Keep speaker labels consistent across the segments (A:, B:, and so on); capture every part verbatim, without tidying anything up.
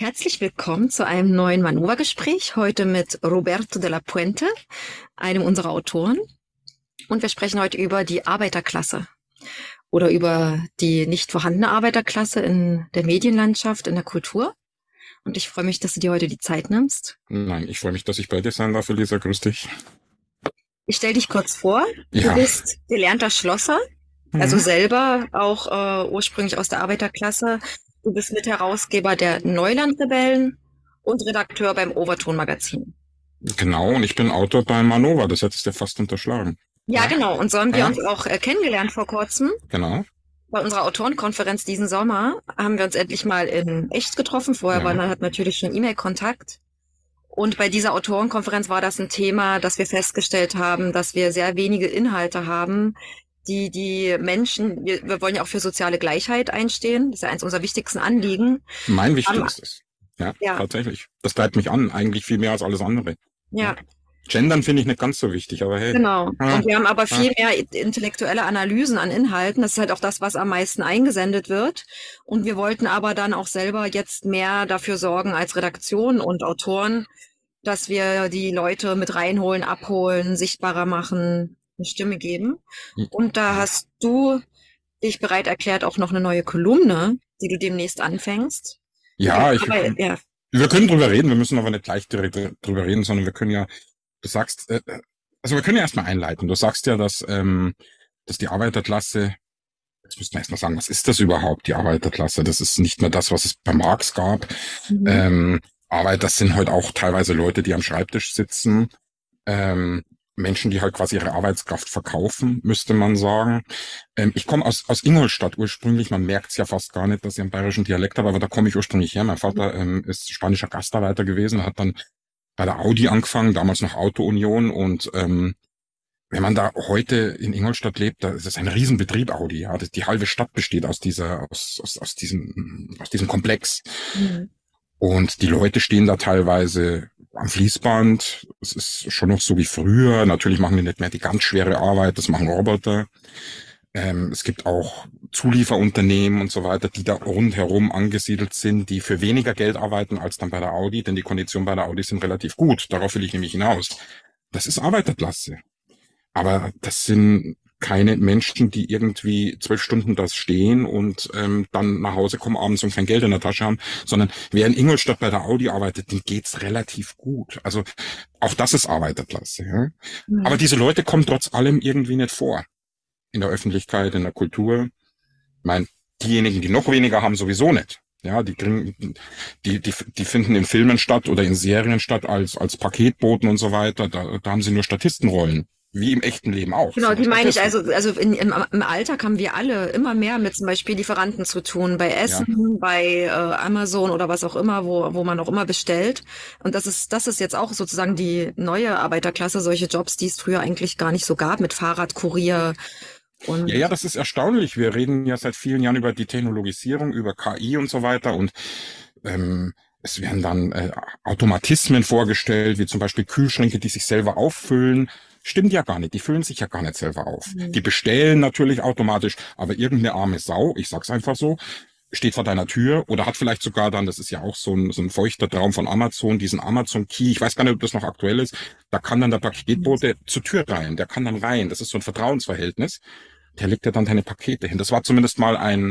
A: Herzlich willkommen zu einem neuen Manova-Gespräch, heute mit Roberto de la Puente, einem unserer Autoren. Und wir sprechen heute über die Arbeiterklasse oder über die nicht vorhandene Arbeiterklasse in der Medienlandschaft, in der Kultur. Und ich freue mich, dass du dir heute die Zeit nimmst.
B: Nein, ich freue mich, dass ich bei dir sein darf, Elisa. Grüß dich.
A: Ich stelle dich kurz vor.
B: Ja.
A: Du bist gelernter Schlosser, also
B: Mhm.
A: selber auch äh, ursprünglich aus der Arbeiterklasse. Du bist Mitherausgeber der Neuland-Rebellen und Redakteur beim Overton-Magazin.
B: Genau, und ich bin Autor bei Manova, das hättest du fast unterschlagen.
A: Ja, genau. Und so haben wir
B: Ja.
A: uns auch äh, kennengelernt vor kurzem.
B: Genau.
A: Bei unserer Autorenkonferenz diesen Sommer haben wir uns endlich mal in echt getroffen. Vorher
B: Ja.
A: war man hat natürlich schon E-Mail-Kontakt. Und bei dieser Autorenkonferenz war das ein Thema, dass wir festgestellt haben, dass wir sehr wenige Inhalte haben, die die Menschen, wir, wir wollen ja auch für soziale Gleichheit einstehen. Das ist ja eins unserer wichtigsten Anliegen.
B: Mein wichtigstes. Ja,
A: Ja.
B: tatsächlich. Das treibt mich an, eigentlich viel mehr als alles andere.
A: Ja,
B: Gendern finde ich nicht ganz so wichtig, aber hey.
A: genau.
B: Ah,
A: Und wir haben aber
B: ah.
A: viel mehr intellektuelle Analysen an Inhalten. Das ist halt auch das, was am meisten eingesendet wird. Und wir wollten aber dann auch selber jetzt mehr dafür sorgen als Redaktion und Autoren, dass wir die Leute mit reinholen, abholen, sichtbarer machen, eine Stimme geben. Und da hast du dich bereit erklärt, auch noch eine neue Kolumne, die du demnächst anfängst.
B: Ja, ich,
A: Aber, ja.
B: wir können drüber reden, wir müssen aber nicht gleich direkt drüber reden, sondern wir können ja, du sagst, äh, also wir können ja erstmal einleiten. Du sagst ja, dass, ähm, dass die Arbeiterklasse, jetzt müssen wir erstmal sagen, was ist das überhaupt, die Arbeiterklasse? Das ist nicht mehr das, was es bei Marx gab.
A: Mhm.
B: Ähm, aber das sind halt auch teilweise Leute, die am Schreibtisch sitzen, ähm, Menschen, die halt quasi ihre Arbeitskraft verkaufen, müsste man sagen. Ähm, ich komme aus, aus Ingolstadt ursprünglich, man merkt es ja fast gar nicht, dass ich einen bayerischen Dialekt habe, aber da komme ich ursprünglich her. Mein Vater ähm, ist spanischer Gastarbeiter gewesen, hat dann bei der Audi angefangen, damals noch Auto Union, und ähm, wenn man da heute in Ingolstadt lebt, da ist es ein Riesenbetrieb Audi, ja. Das, die halbe Stadt besteht aus dieser, aus, aus, aus diesem, aus diesem Komplex.
A: Mhm.
B: Und die Leute stehen da teilweise am Fließband. Es ist schon noch so wie früher. Natürlich machen die nicht mehr die ganz schwere Arbeit, das machen Roboter. Ähm, es gibt auch Zulieferunternehmen und so weiter, die da rundherum angesiedelt sind, die für weniger Geld arbeiten als dann bei der Audi, denn die Konditionen bei der Audi sind relativ gut. Darauf will ich nämlich hinaus. Das ist Arbeiterklasse. Aber das sind keine Menschen, die irgendwie zwölf Stunden das stehen und ähm, dann nach Hause kommen abends und kein Geld in der Tasche haben, sondern wer in Ingolstadt bei der Audi arbeitet, dem geht's relativ gut. Also auch das ist Arbeiterklasse. Ja?
A: Mhm.
B: Aber diese Leute kommen trotz allem irgendwie nicht vor. In der Öffentlichkeit, in der Kultur. Ich meine, diejenigen, die noch weniger haben, sowieso nicht. Ja, die kriegen, die, die, die finden in Filmen statt oder in Serien statt als, als Paketboten und so weiter. Da, da haben sie nur Statistenrollen. Wie im echten Leben auch.
A: Genau, die meine ich,
B: Statisten.
A: also, also in, im, im Alltag haben wir alle immer mehr mit zum Beispiel Lieferanten zu tun, bei Essen,
B: Ja.
A: bei äh, Amazon oder was auch immer, wo, wo man auch immer bestellt. Und das ist, das ist jetzt auch sozusagen die neue Arbeiterklasse, solche Jobs, die es früher eigentlich gar nicht so gab, mit Fahrradkurier. Und
B: Ja, ja, das ist erstaunlich. Wir reden ja seit vielen Jahren über die Technologisierung, über K I und so weiter, und ähm, es werden dann äh, Automatismen vorgestellt, wie zum Beispiel Kühlschränke, die sich selber auffüllen. Stimmt ja gar nicht, die füllen sich ja gar nicht selber auf.
A: Mhm.
B: Die bestellen natürlich automatisch, aber irgendeine arme Sau, ich sag's einfach so, steht vor deiner Tür oder hat vielleicht sogar dann, das ist ja auch so ein, so ein feuchter Traum von Amazon, diesen Amazon-Key, ich weiß gar nicht, ob das noch aktuell ist, da kann dann der Paketbote zur Tür rein, der kann dann rein, das ist so ein Vertrauensverhältnis, der legt ja dann deine Pakete hin. Das war zumindest mal ein,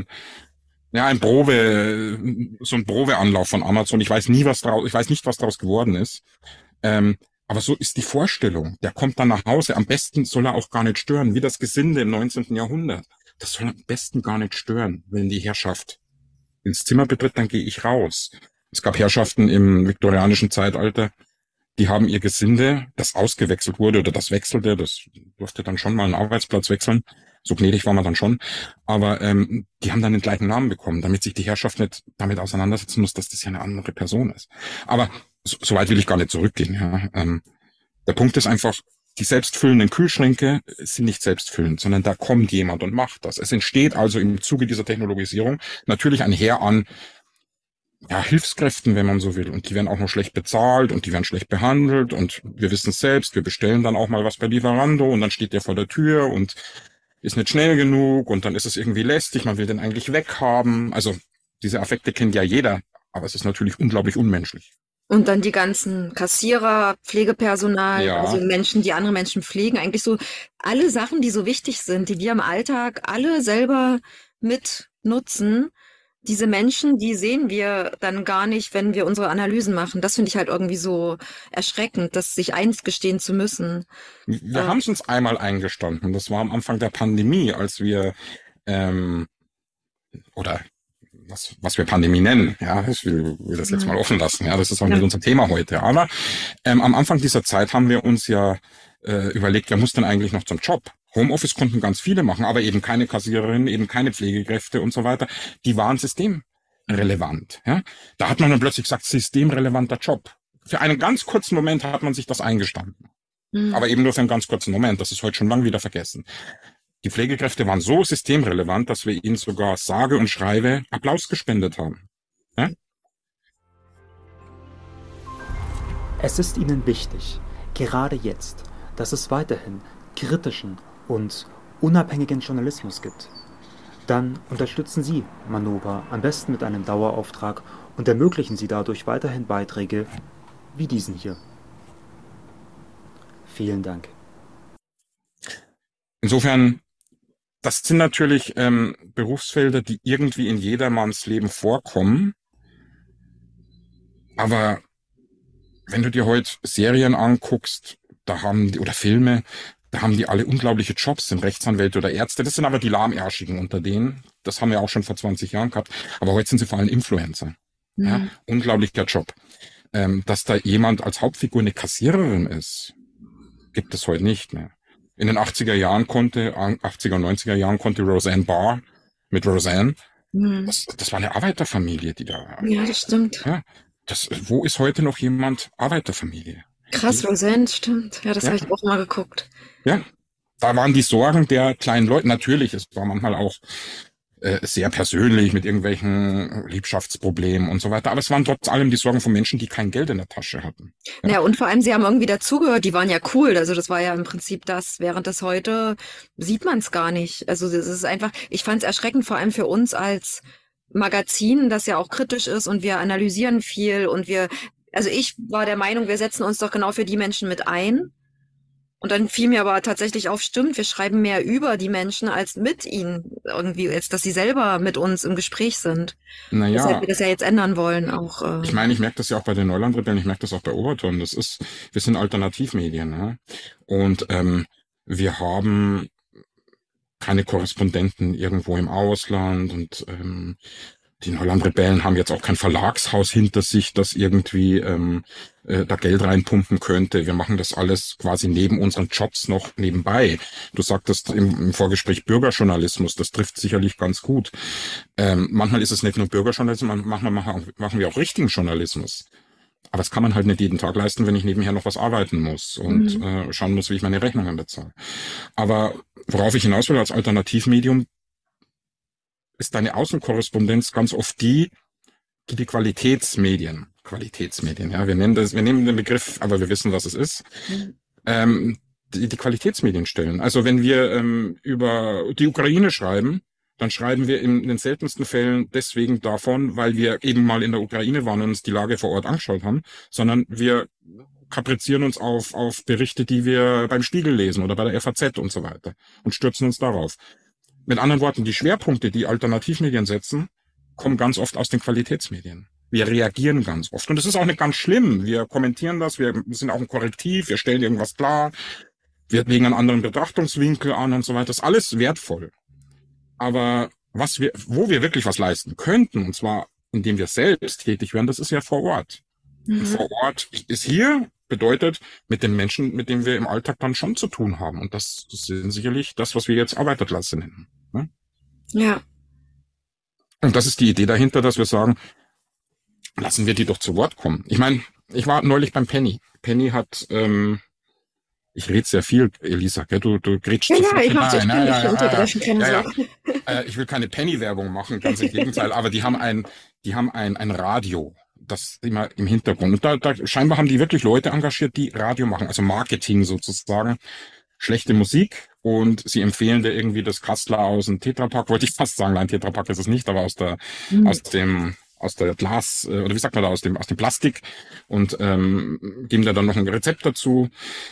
B: ja, ein Probe, so ein Probeanlauf von Amazon, ich weiß nie, was draus, ich weiß nicht, was daraus geworden ist, ähm, aber so ist die Vorstellung. Der kommt dann nach Hause. Am besten soll er auch gar nicht stören, wie das Gesinde im neunzehnten Jahrhundert. Das soll am besten gar nicht stören, wenn die Herrschaft ins Zimmer betritt, dann gehe ich raus. Es gab Herrschaften im viktorianischen Zeitalter, die haben ihr Gesinde, das ausgewechselt wurde oder das wechselte, das durfte dann schon mal einen Arbeitsplatz wechseln. So gnädig war man dann schon. Aber ähm, die haben dann den gleichen Namen bekommen, damit sich die Herrschaft nicht damit auseinandersetzen muss, dass das ja eine andere Person ist. Aber so, so weit will ich gar nicht zurückgehen. Ja. Ähm, der Punkt ist einfach, die selbstfüllenden Kühlschränke sind nicht selbstfüllend, sondern da kommt jemand und macht das. Es entsteht also im Zuge dieser Technologisierung natürlich ein Heer an ja, Hilfskräften, wenn man so will. Und die werden auch noch schlecht bezahlt und die werden schlecht behandelt. Und wir wissen es selbst, wir bestellen dann auch mal was bei Lieferando und dann steht der vor der Tür und ist nicht schnell genug und dann ist es irgendwie lästig, man will den eigentlich weghaben. Also diese Affekte kennt ja jeder Aber es ist natürlich unglaublich unmenschlich.
A: Und dann die ganzen Kassierer, Pflegepersonal,
B: Ja.
A: also Menschen, die andere Menschen pflegen, eigentlich so alle Sachen, die so wichtig sind, die wir im Alltag alle selber mit nutzen. Diese Menschen, die sehen wir dann gar nicht, wenn wir unsere Analysen machen. Das finde ich halt irgendwie so erschreckend, das sich eingestehen zu müssen.
B: Wir
A: Äh.
B: haben es uns einmal eingestanden. Das war am Anfang der Pandemie, als wir ähm, oder was, was wir Pandemie nennen. Ja, ich will, will das jetzt mal offen lassen. Ja, das ist auch
A: Ja.
B: nicht unser Thema heute. Aber ähm, am Anfang dieser Zeit haben wir uns ja äh, überlegt, wer muss denn eigentlich noch zum Job? Homeoffice konnten ganz viele machen, aber eben keine Kassiererinnen, eben keine Pflegekräfte und so weiter. Die waren systemrelevant. Ja, da hat man dann plötzlich gesagt, systemrelevanter Job. Für einen ganz kurzen Moment hat man sich das eingestanden.
A: Mhm.
B: Aber eben nur für einen ganz kurzen Moment. Das ist heute schon lang wieder vergessen. Die Pflegekräfte waren so systemrelevant, dass wir ihnen sogar sage und schreibe Applaus gespendet haben. Ja?
C: Es ist ihnen wichtig, gerade jetzt, dass es weiterhin kritischen und unabhängigen Journalismus gibt. Dann unterstützen Sie Manova am besten mit einem Dauerauftrag und ermöglichen Sie dadurch weiterhin Beiträge wie diesen hier. Vielen Dank.
B: Insofern, das sind natürlich ähm, Berufsfelder, die irgendwie in jedermanns Leben vorkommen. Aber wenn du dir heute Serien anguckst, da haben die, oder Filme, da haben die alle unglaubliche Jobs, sind Rechtsanwälte oder Ärzte. Das sind aber die Lahmärschigen unter denen. Das haben wir auch schon vor zwanzig Jahren gehabt. Aber heute sind sie vor allem Influencer.
A: Mhm.
B: Ja, unglaublicher Job. Ähm, dass da jemand als Hauptfigur eine Kassiererin ist, gibt es heute nicht mehr. In den achtziger Jahren konnte, achtziger, neunziger Jahren konnte Roseanne Barr mit Roseanne,
A: Mhm.
B: das, das war eine Arbeiterfamilie, die da,
A: Ja, das stimmt.
B: ja, das, wo ist heute noch jemand Arbeiterfamilie?
A: Krass, Roseanne, stimmt. Ja, das
B: Ja.
A: habe ich auch mal geguckt.
B: Ja, da waren die Sorgen der kleinen Leute, natürlich, es war manchmal auch äh, sehr persönlich mit irgendwelchen Liebschaftsproblemen und so weiter, aber es waren trotz allem die Sorgen von Menschen, die kein Geld in der Tasche hatten. Ja.
A: Ja, und vor allem, sie haben irgendwie dazugehört, die waren ja cool. Also das war ja im Prinzip das, während das heute sieht man es gar nicht. Also das ist einfach, ich fand es erschreckend, vor allem für uns als Magazin, das ja auch kritisch ist und wir analysieren viel und wir, also ich war der Meinung, wir setzen uns doch genau für die Menschen mit ein. Und dann fiel mir aber tatsächlich auf, stimmt, wir schreiben mehr über die Menschen als mit ihnen irgendwie, als dass sie selber mit uns im Gespräch sind.
B: Naja,
A: Weshalb wir das ja jetzt ändern wollen auch. Äh,
B: ich meine, ich merke das ja auch bei den Neulandrebellen, ich merke das auch bei Overton. Das ist, wir sind Alternativmedien, ja? Und ähm, wir haben keine Korrespondenten irgendwo im Ausland und ähm, die Neulandrebellen haben jetzt auch kein Verlagshaus hinter sich, das irgendwie ähm, äh, da Geld reinpumpen könnte. Wir machen das alles quasi neben unseren Jobs noch nebenbei. Du sagtest im, im Vorgespräch Bürgerjournalismus, das trifft sicherlich ganz gut. Ähm, manchmal ist es nicht nur Bürgerjournalismus, manchmal machen, machen wir auch richtigen Journalismus. Aber das kann man halt nicht jeden Tag leisten, wenn ich nebenher noch was arbeiten muss und
A: Mhm.
B: äh, schauen muss, wie ich meine Rechnungen bezahle. Aber worauf ich hinaus will als Alternativmedium, ist deine Außenkorrespondenz ganz oft die, die die Qualitätsmedien, Qualitätsmedien, ja, wir nennen das, wir nehmen den Begriff, aber wir wissen, was es ist,
A: Mhm.
B: ähm, die, die Qualitätsmedien stellen. Also wenn wir ähm, über die Ukraine schreiben, dann schreiben wir in den seltensten Fällen deswegen davon, weil wir eben mal in der Ukraine waren und uns die Lage vor Ort angeschaut haben, sondern wir kaprizieren uns auf, auf Berichte, die wir beim Spiegel lesen oder bei der F A Z und so weiter und stürzen uns darauf. Mit anderen Worten, die Schwerpunkte, die Alternativmedien setzen, kommen ganz oft aus den Qualitätsmedien. Wir reagieren ganz oft. Und das ist auch nicht ganz schlimm. Wir kommentieren das, wir sind auch ein Korrektiv, wir stellen irgendwas klar, wir legen einen anderen Betrachtungswinkel an und so weiter. Das ist alles wertvoll. Aber was wir, wo wir wirklich was leisten könnten, und zwar indem wir selbst tätig werden, das ist ja vor Ort.
A: Mhm.
B: Vor Ort ist hier, bedeutet mit den Menschen, mit denen wir im Alltag dann schon zu tun haben. Und das, das sind sicherlich das, was wir jetzt Arbeiterklasse nennen. Ne?
A: Ja.
B: Und das ist die Idee dahinter, dass wir sagen, lassen wir die doch zu Wort kommen. Ich meine, ich war neulich beim Penny. Penny hat, ähm, ich rede sehr viel, Elisa, gell? du, du grätschst
A: Ja,
B: zu
A: ja,
B: viel
A: ich mach dich
B: hinein.
A: ständig unterbrechen, keine
B: ja, ja.
A: Sorge.
B: Äh, ich will keine Penny-Werbung machen, ganz im Gegenteil, aber die haben ein, die haben ein, ein Radio, das immer im Hintergrund. Und da, da scheinbar haben die wirklich Leute engagiert, die Radio machen, also Marketing sozusagen. Schlechte Musik und sie empfehlen dir irgendwie das Kassler aus dem Tetrapack, wollte ich fast sagen, nein, Tetrapack ist es nicht, aber aus der,
A: Mhm.
B: aus dem aus der Glas, äh, oder wie sagt man da, aus dem, aus dem Plastik und ähm, geben da dann noch ein Rezept dazu.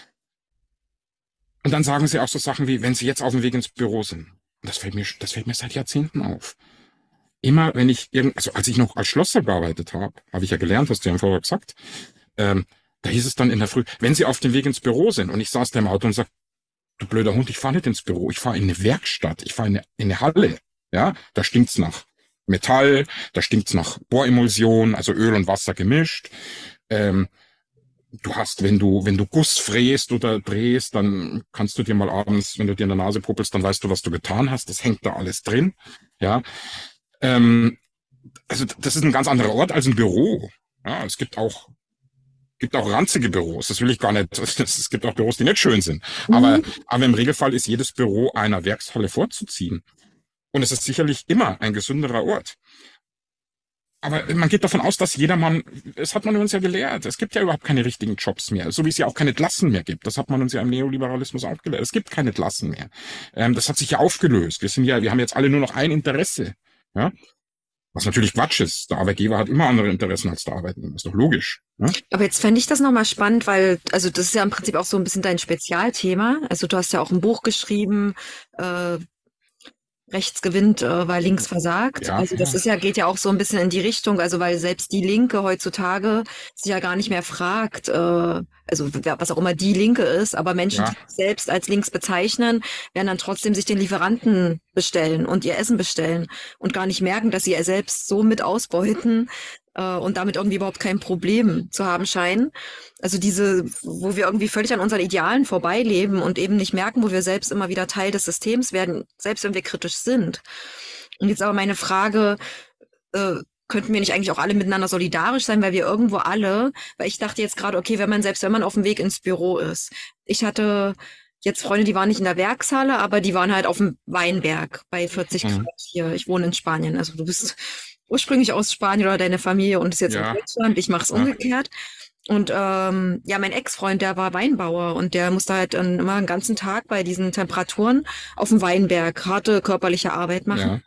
B: Und dann sagen sie auch so Sachen wie, wenn sie jetzt auf dem Weg ins Büro sind. Und das fällt mir, das fällt mir seit Jahrzehnten auf. Immer wenn ich irgend, also als ich noch als Schlosser gearbeitet habe, habe ich ja gelernt, hast du ja vorher gesagt, ähm, da hieß es dann in der Früh, wenn sie auf dem Weg ins Büro sind, und ich saß da im Auto und sag, du blöder Hund, ich fahre nicht ins Büro, ich fahre in eine Werkstatt, ich fahre in, in eine Halle, ja, da stinkt's nach Metall, da stinkt's nach Bohremulsion, also Öl und Wasser gemischt. Ähm, du hast, wenn du, wenn du Guss fräst oder drehst, dann kannst du dir mal abends, wenn du dir in der Nase puppelst, dann weißt du, was du getan hast. Das hängt da alles drin, ja. Ähm, also das ist ein ganz anderer Ort als ein Büro. Ja, es gibt auch gibt auch ranzige Büros. Das will ich gar nicht. Es gibt auch Büros, die nicht schön sind. Aber,
A: Mhm.
B: aber im Regelfall ist jedes Büro einer Werkshalle vorzuziehen. Und es ist sicherlich immer ein gesünderer Ort. Aber man geht davon aus, dass jedermann, das hat man uns ja gelehrt, es gibt ja überhaupt keine richtigen Jobs mehr, so wie es ja auch keine Klassen mehr gibt. Das hat man uns ja im Neoliberalismus auch gelehrt. Es gibt keine Klassen mehr. Ähm, das hat sich ja aufgelöst. Wir sind ja, wir haben jetzt alle nur noch ein Interesse. Ja? Was natürlich Quatsch ist. Der Arbeitgeber hat immer andere Interessen als der Arbeitnehmer. Ist doch logisch. Ja?
A: Aber jetzt fände ich das nochmal spannend, weil, also das ist ja im Prinzip auch so ein bisschen dein Spezialthema. Also du hast ja auch ein Buch geschrieben, äh, rechts gewinnt, äh, weil links versagt.
B: Ja,
A: Also das
B: ja.
A: ist ja, geht ja auch so ein bisschen in die Richtung, also weil selbst die Linke heutzutage sich ja gar nicht mehr fragt, äh, also wer- was auch immer die Linke ist, aber Menschen,
B: Ja.
A: die sich selbst als links bezeichnen, werden dann trotzdem sich den Lieferanten bestellen und ihr Essen bestellen und gar nicht merken, dass sie ja selbst so mit ausbeuten äh, und damit irgendwie überhaupt kein Problem zu haben scheinen. Also diese, wo wir irgendwie völlig an unseren Idealen vorbeileben und eben nicht merken, wo wir selbst immer wieder Teil des Systems werden, selbst wenn wir kritisch sind. Und jetzt aber meine Frage, äh, könnten wir nicht eigentlich auch alle miteinander solidarisch sein, weil wir irgendwo alle, weil ich dachte jetzt gerade, okay, wenn man selbst, wenn man auf dem Weg ins Büro ist. Ich hatte jetzt Freunde, die waren nicht in der Werkshalle, aber die waren halt auf dem Weinberg bei vierzig
B: Mhm.
A: Grad hier. Ich wohne in Spanien. Also du bist ursprünglich aus Spanien oder deine Familie und ist jetzt
B: Ja.
A: in Deutschland. Ich mache es
B: Ja.
A: umgekehrt. Und ähm, ja, mein Ex-Freund, der war Weinbauer und der musste halt dann immer einen ganzen Tag bei diesen Temperaturen auf dem Weinberg harte körperliche Arbeit machen.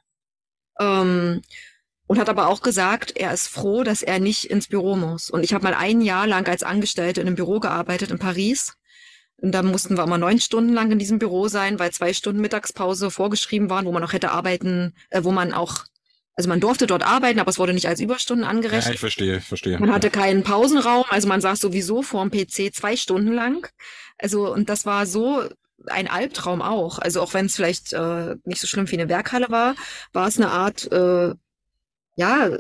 B: Ja.
A: Ähm, und hat aber auch gesagt, er ist froh, dass er nicht ins Büro muss. Und ich habe mal ein Jahr lang als Angestellte in einem Büro gearbeitet in Paris. Und da mussten wir immer neun Stunden lang in diesem Büro sein, weil zwei Stunden Mittagspause vorgeschrieben waren, wo man auch hätte arbeiten, äh, wo man auch, also man durfte dort arbeiten, aber es wurde nicht als Überstunden
B: Ja,
A: angerechnet.
B: ich verstehe, verstehe.
A: Man hatte keinen Pausenraum, also man saß sowieso vorm P C zwei Stunden lang. Also, und das war so ein Albtraum auch. Also auch wenn es vielleicht äh, nicht so schlimm wie eine Werkhalle war, war es eine Art, äh, ja,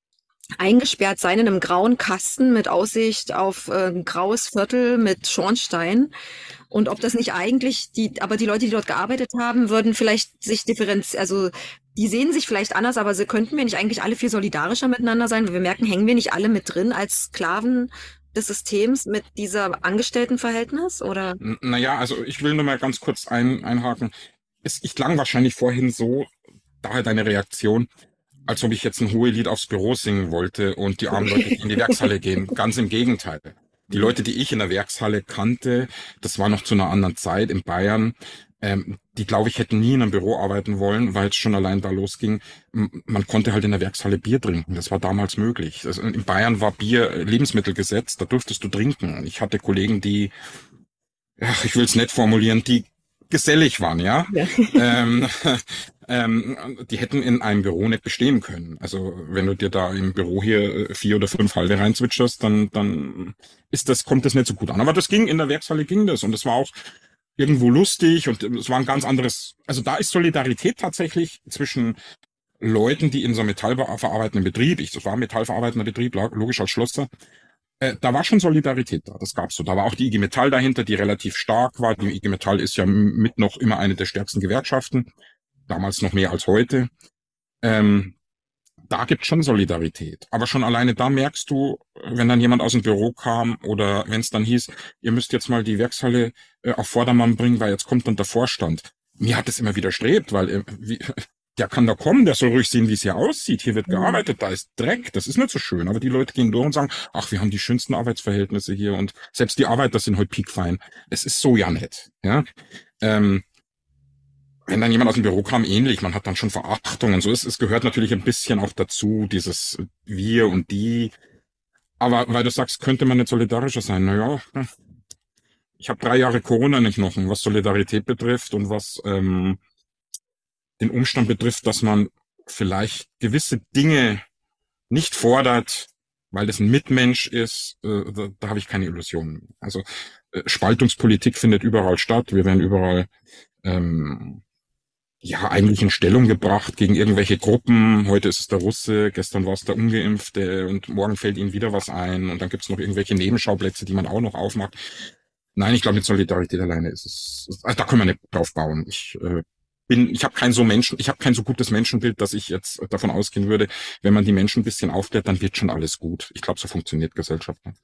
A: eingesperrt sein in einem grauen Kasten mit Aussicht auf äh, ein graues Viertel mit Schornstein. Und ob das nicht eigentlich die, aber die Leute, die dort gearbeitet haben, würden vielleicht sich differenzieren, also die sehen sich vielleicht anders, aber sie könnten wir nicht eigentlich alle viel solidarischer miteinander sein, weil wir merken, hängen wir nicht alle mit drin als Sklaven des Systems mit dieser Angestelltenverhältnis, oder?
B: N- Naja, also ich will nur mal ganz kurz ein, einhaken. Es, ich klang wahrscheinlich vorhin so, daher deine Reaktion, als ob ich jetzt ein Hohelied aufs Büro singen wollte und die armen Leute, die in die Werkshalle gehen. Ganz im Gegenteil. Die Leute, die ich in der Werkshalle kannte, das war noch zu einer anderen Zeit in Bayern, ähm, die, glaube ich, hätten nie in einem Büro arbeiten wollen, weil es schon allein da losging. M- Man konnte halt in der Werkshalle Bier trinken. Das war damals möglich. Also in Bayern war Bier äh, Lebensmittelgesetz, da durftest du trinken. Ich hatte Kollegen, die, ach, ich will es nett formulieren, die gesellig waren, ja.
A: Ja.
B: ähm, ähm, die hätten in einem Büro nicht bestehen können. Also wenn du dir da im Büro hier äh, vier oder fünf Halde reinzwitscherst, dann dann ist das kommt das nicht so gut an. Aber das ging in der Werkshalle ging das und es war auch irgendwo lustig und es war ein ganz anderes. Also da ist Solidarität tatsächlich zwischen Leuten, die in so einem metallverarbeitenden Betrieb, ich das war ein metallverarbeitender Betrieb, logisch als Schlosser, äh, da war schon Solidarität da, das gab's so. Da war auch die I G Metall dahinter, die relativ stark war. Die I G Metall ist ja mit noch immer eine der stärksten Gewerkschaften, damals noch mehr als heute. Ähm, da gibt's schon Solidarität. Aber schon alleine da merkst du, wenn dann jemand aus dem Büro kam oder wenn es dann hieß, ihr müsst jetzt mal die Werkshalle äh, auf Vordermann bringen, weil jetzt kommt dann der Vorstand. Mir hat es immer widerstrebt, weil äh, wie, der kann da kommen, der soll ruhig sehen, wie es hier aussieht. Hier wird gearbeitet, da ist Dreck, das ist nicht so schön. Aber die Leute gehen durch und sagen, ach, wir haben die schönsten Arbeitsverhältnisse hier und selbst die Arbeiter sind heute piekfein. Es ist so ja nett. Ja? Ähm, wenn dann jemand aus dem Büro kam, ähnlich, man hat dann schon Verachtung und so. Es, es gehört natürlich ein bisschen auch dazu, dieses Wir und die. Aber weil du sagst, könnte man nicht solidarischer sein? Naja, ich habe drei Jahre Corona in den Knochen, was Solidarität betrifft und was ähm, den Umstand betrifft, dass man vielleicht gewisse Dinge nicht fordert, weil das ein Mitmensch ist, äh, da, da habe ich keine Illusionen. Also äh, Spaltungspolitik findet überall statt. Wir werden überall ähm, ja eigentlich in Stellung gebracht gegen irgendwelche Gruppen. Heute ist es der Russe, gestern war es der Ungeimpfte und morgen fällt ihnen wieder was ein und dann gibt es noch irgendwelche Nebenschauplätze, die man auch noch aufmacht. Nein, ich glaube, mit Solidarität alleine ist es, also da können wir nicht drauf bauen. Ich äh, bin, ich habe kein so Menschen, ich habe kein so gutes Menschenbild, dass ich jetzt davon ausgehen würde, wenn man die Menschen ein bisschen aufklärt, dann wird schon alles gut. Ich glaube, so funktioniert Gesellschaft nicht.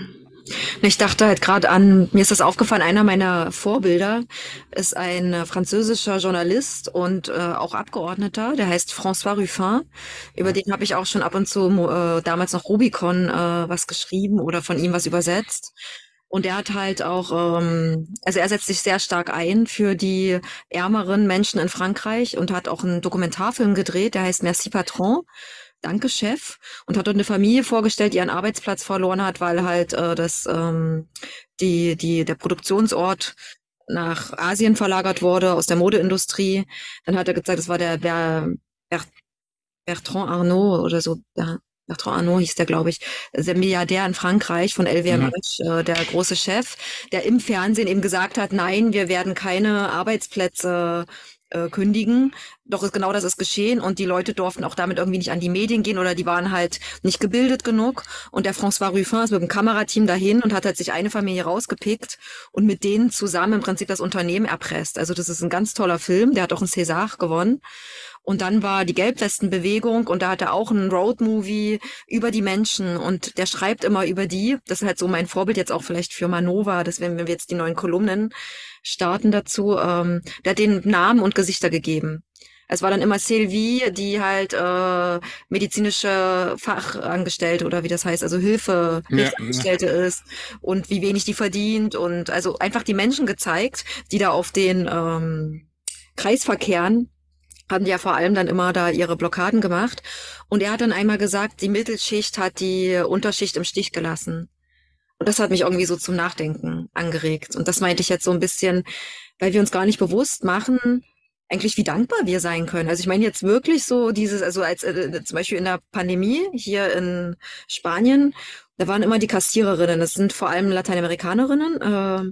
A: Ich dachte halt gerade an, mir ist das aufgefallen, einer meiner Vorbilder ist ein äh, französischer Journalist und äh, auch Abgeordneter, der heißt François Ruffin. Über den habe ich auch schon ab und zu äh, damals noch Rubicon äh, was geschrieben oder von ihm was übersetzt. Und er hat halt auch, ähm, also er setzt sich sehr stark ein für die ärmeren Menschen in Frankreich und hat auch einen Dokumentarfilm gedreht, der heißt Merci Patron. Danke, Chef. Und hat dort eine Familie vorgestellt, die ihren Arbeitsplatz verloren hat, weil halt äh, das ähm, die die der Produktionsort nach Asien verlagert wurde aus der Modeindustrie. Dann hat er gesagt, das war der Ber, Ber, Bertrand Arnault oder so. Ja, Bertrand Arnault hieß der, glaube ich, der Milliardär in Frankreich von L V M H, mhm. äh, der große Chef, der im Fernsehen eben gesagt hat, nein, wir werden keine Arbeitsplätze äh, kündigen. Doch ist genau das ist geschehen und die Leute durften auch damit irgendwie nicht an die Medien gehen oder die waren halt nicht gebildet genug. Und der François Ruffin ist mit dem Kamerateam dahin und hat halt sich eine Familie rausgepickt und mit denen zusammen im Prinzip das Unternehmen erpresst. Also das ist ein ganz toller Film, der hat auch einen César gewonnen. Und dann war die Gelbwestenbewegung und da hat er auch einen Roadmovie über die Menschen und der schreibt immer über die. Das ist halt so mein Vorbild jetzt auch vielleicht für Manova, dass wenn wir jetzt die neuen Kolumnen starten dazu, ähm, der hat denen Namen und Gesichter gegeben. Es war dann immer Sylvie, die halt äh, medizinische Fachangestellte oder wie das heißt, also Hilfe, Hilfsangestellte ja. ist und wie wenig die verdient und also einfach die Menschen gezeigt, die da auf den ähm, Kreisverkehren haben die ja vor allem dann immer da ihre Blockaden gemacht. Und er hat dann einmal gesagt, die Mittelschicht hat die Unterschicht im Stich gelassen. Und das hat mich irgendwie so zum Nachdenken angeregt. Und das meinte ich jetzt so ein bisschen, weil wir uns gar nicht bewusst machen, eigentlich wie dankbar wir sein können. Also ich meine jetzt wirklich so dieses, also als äh, zum Beispiel in der Pandemie hier in Spanien, da waren immer die Kassiererinnen, das sind vor allem Lateinamerikanerinnen, äh,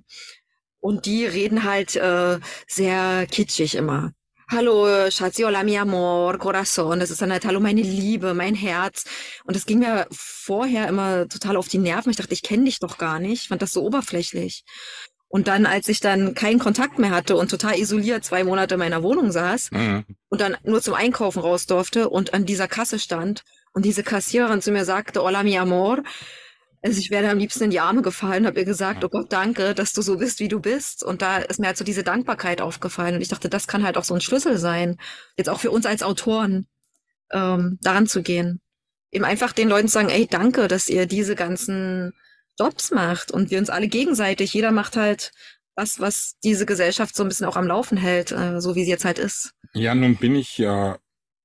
A: und die reden halt äh, sehr kitschig immer. Hallo, Schatzi, hola mi amor, corazón. Das ist dann halt, hallo, meine Liebe, mein Herz. Und das ging mir vorher immer total auf die Nerven. Ich dachte, ich kenne dich doch gar nicht. Ich fand das so oberflächlich. Und dann, als ich dann keinen Kontakt mehr hatte und total isoliert zwei Monate in meiner Wohnung saß mhm. und dann nur zum Einkaufen raus durfte und an dieser Kasse stand und diese Kassiererin zu mir sagte, hola mi amor, also ich wäre am liebsten in die Arme gefallen, habe ihr gesagt, oh Gott, danke, dass du so bist, wie du bist. Und da ist mir halt so diese Dankbarkeit aufgefallen. Und ich dachte, das kann halt auch so ein Schlüssel sein, jetzt auch für uns als Autoren, ähm, daran zu gehen. Eben einfach den Leuten zu sagen, ey, danke, dass ihr diese ganzen Jobs macht. Und wir uns alle gegenseitig, jeder macht halt was, was diese Gesellschaft so ein bisschen auch am Laufen hält, äh, so wie sie jetzt halt ist.
B: Ja, nun bin ich ja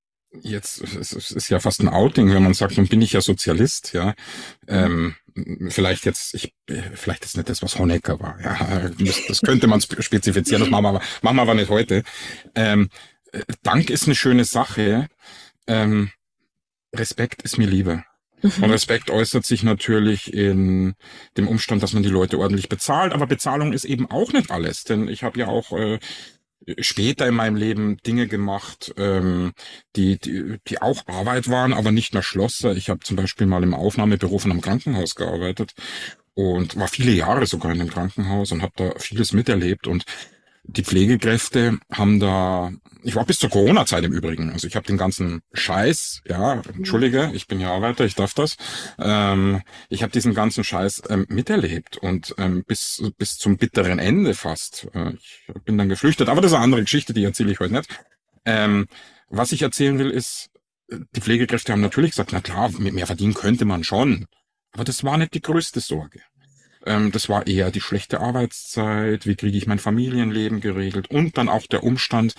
B: jetzt, es ist ja fast ein Outing, wenn man sagt, nun bin ich ja Sozialist, ja. Ähm, vielleicht jetzt, ich, vielleicht ist nicht das, was Honecker war, ja. Das, das könnte man spezifizieren, das machen wir aber, machen wir aber nicht heute. Ähm, Dank ist eine schöne Sache. Ähm, Respekt ist mir Liebe. Mhm. Und Respekt äußert sich natürlich in dem Umstand, dass man die Leute ordentlich bezahlt, aber Bezahlung ist eben auch nicht alles, denn ich habe ja auch äh, später in meinem Leben Dinge gemacht, ähm, die, die die auch Arbeit waren, aber nicht mehr Schlosser. Ich habe zum Beispiel mal im Aufnahmebüro von einem Krankenhaus gearbeitet und war viele Jahre sogar in dem Krankenhaus und habe da vieles miterlebt und die Pflegekräfte haben da, ich war bis zur Corona-Zeit im Übrigen, also ich habe den ganzen Scheiß, ja, entschuldige, ich bin ja Arbeiter, ich darf das, ähm, ich habe diesen ganzen Scheiß ähm, miterlebt und ähm, bis bis zum bitteren Ende fast. Äh, ich bin dann geflüchtet, aber das ist eine andere Geschichte, die erzähle ich heute nicht. Ähm, was ich erzählen will, ist, die Pflegekräfte haben natürlich gesagt, na klar, mehr verdienen könnte man schon, aber das war nicht die größte Sorge. Das war eher die schlechte Arbeitszeit, wie kriege ich mein Familienleben geregelt und dann auch der Umstand,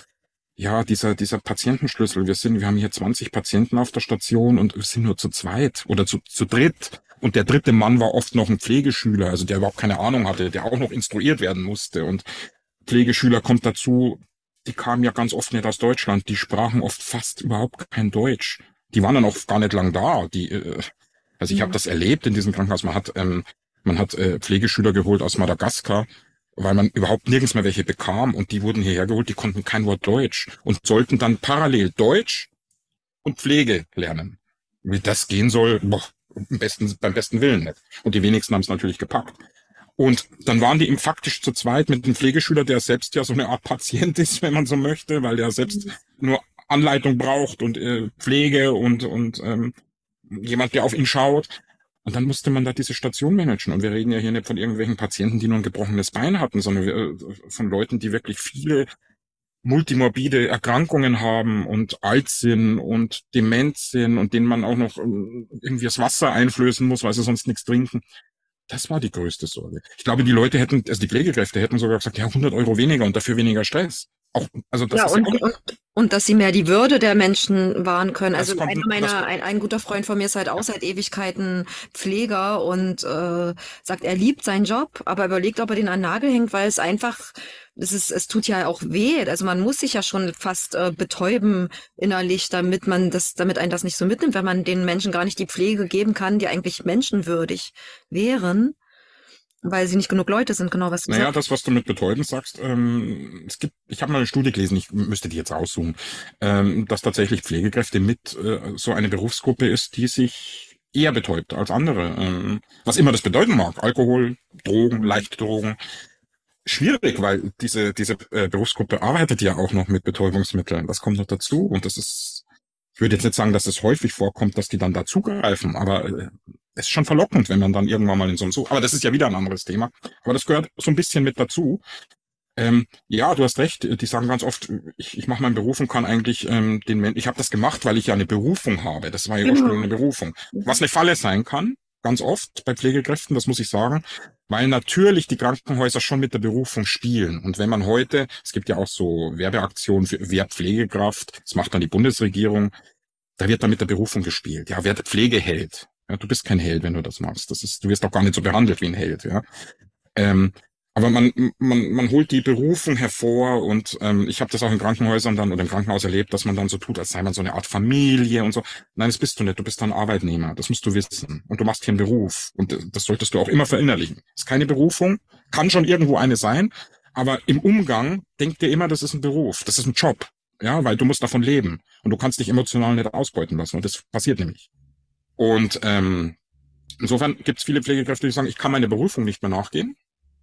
B: ja, dieser, dieser Patientenschlüssel. Wir sind, wir haben hier zwanzig Patienten auf der Station und wir sind nur zu zweit oder zu, zu dritt. Und der dritte Mann war oft noch ein Pflegeschüler, also der überhaupt keine Ahnung hatte, der auch noch instruiert werden musste. Und Pflegeschüler kommt dazu, die kamen ja ganz oft nicht aus Deutschland, die sprachen oft fast überhaupt kein Deutsch. Die waren dann auch gar nicht lang da. Die, äh, also ich
A: Ja.
B: habe das erlebt in diesem Krankenhaus. Man hat, ähm, man hat äh, Pflegeschüler geholt aus Madagaskar, weil man überhaupt nirgends mehr welche bekam und die wurden hierher geholt, die konnten kein Wort Deutsch und sollten dann parallel Deutsch und Pflege lernen. Wie das gehen soll, boah, am besten, beim besten Willen nicht. Und die wenigsten haben es natürlich gepackt. Und dann waren die eben faktisch zu zweit mit dem Pflegeschüler, der selbst ja so eine Art Patient ist, wenn man so möchte, weil der selbst nur Anleitung braucht und äh, Pflege und und ähm, jemand, der auf ihn schaut. Und dann musste man da diese Station managen. Und wir reden ja hier nicht von irgendwelchen Patienten, die nur ein gebrochenes Bein hatten, sondern wir, von Leuten, die wirklich viele multimorbide Erkrankungen haben und alt sind und dement sind und denen man auch noch ähm, irgendwie das Wasser einflößen muss, weil sie sonst nichts trinken. Das war die größte Sorge. Ich glaube, die Leute hätten, also die Pflegekräfte hätten sogar gesagt, ja, hundert Euro weniger und dafür weniger Stress. Auch, also das
A: Ja,
B: ist
A: und,
B: ja auch,
A: und, und dass sie mehr die Würde der Menschen wahren können.
B: das
A: Also
B: kommt,
A: einer
B: das,
A: meiner, ein, ein guter Freund von mir ist halt auch seit Ewigkeiten Pfleger und äh, sagt, er liebt seinen Job, aber überlegt, ob er den an den Nagel hängt, weil es einfach, es ist, es tut ja auch weh. Also man muss sich ja schon fast äh, betäuben innerlich, damit man das, damit einen das nicht so mitnimmt, wenn man den Menschen gar nicht die Pflege geben kann, die eigentlich menschenwürdig wären. Weil sie nicht genug Leute sind, genau was du
B: naja,
A: sagst.
B: das, was du mit Betäuben sagst, ähm, es gibt, ich habe mal eine Studie gelesen, ich müsste die jetzt aussuchen, ähm, dass tatsächlich Pflegekräfte mit äh, so eine Berufsgruppe ist, die sich eher betäubt als andere. Ähm, was immer das bedeuten mag. Alkohol, Drogen, leichte Drogen. Schwierig, weil diese, diese äh, Berufsgruppe arbeitet ja auch noch mit Betäubungsmitteln. Das kommt noch dazu und das ist, ich würde jetzt nicht sagen, dass es häufig vorkommt, dass die dann dazugreifen, aber äh, es ist schon verlockend, wenn man dann irgendwann mal in so einem so, aber das ist ja wieder ein anderes Thema. Aber das gehört so ein bisschen mit dazu. Ähm, ja, du hast recht. Die sagen ganz oft, ich, ich mache meinen Beruf und kann eigentlich ähm, den Menschen, ich habe das gemacht, weil ich ja eine Berufung habe. Das war ja ursprünglich eine Berufung. Was eine Falle sein kann, ganz oft bei Pflegekräften, das muss ich sagen, weil natürlich die Krankenhäuser schon mit der Berufung spielen. Und wenn man heute, es gibt ja auch so Werbeaktionen für wer Pflegekraft, das macht dann die Bundesregierung, da wird dann mit der Berufung gespielt. Ja, wer Pflegeheld. Ja, du bist kein Held, wenn du das machst. Das ist, du wirst auch gar nicht so behandelt wie ein Held, ja. Ähm, aber man, man, man holt die Berufung hervor und ähm, ich habe das auch in Krankenhäusern dann oder im Krankenhaus erlebt, dass man dann so tut, als sei man so eine Art Familie und so. Nein, das bist du nicht. Du bist dann Arbeitnehmer. Das musst du wissen. Und du machst hier einen Beruf. Und das solltest du auch immer verinnerlichen. Das ist keine Berufung. Kann schon irgendwo eine sein. Aber im Umgang denk dir immer, das ist ein Beruf. Das ist ein Job. Ja, weil du musst davon leben. Und du kannst dich emotional nicht ausbeuten lassen. Und das passiert nämlich. Und ähm, insofern gibt es viele Pflegekräfte, die sagen, ich kann meine Berufung nicht mehr nachgehen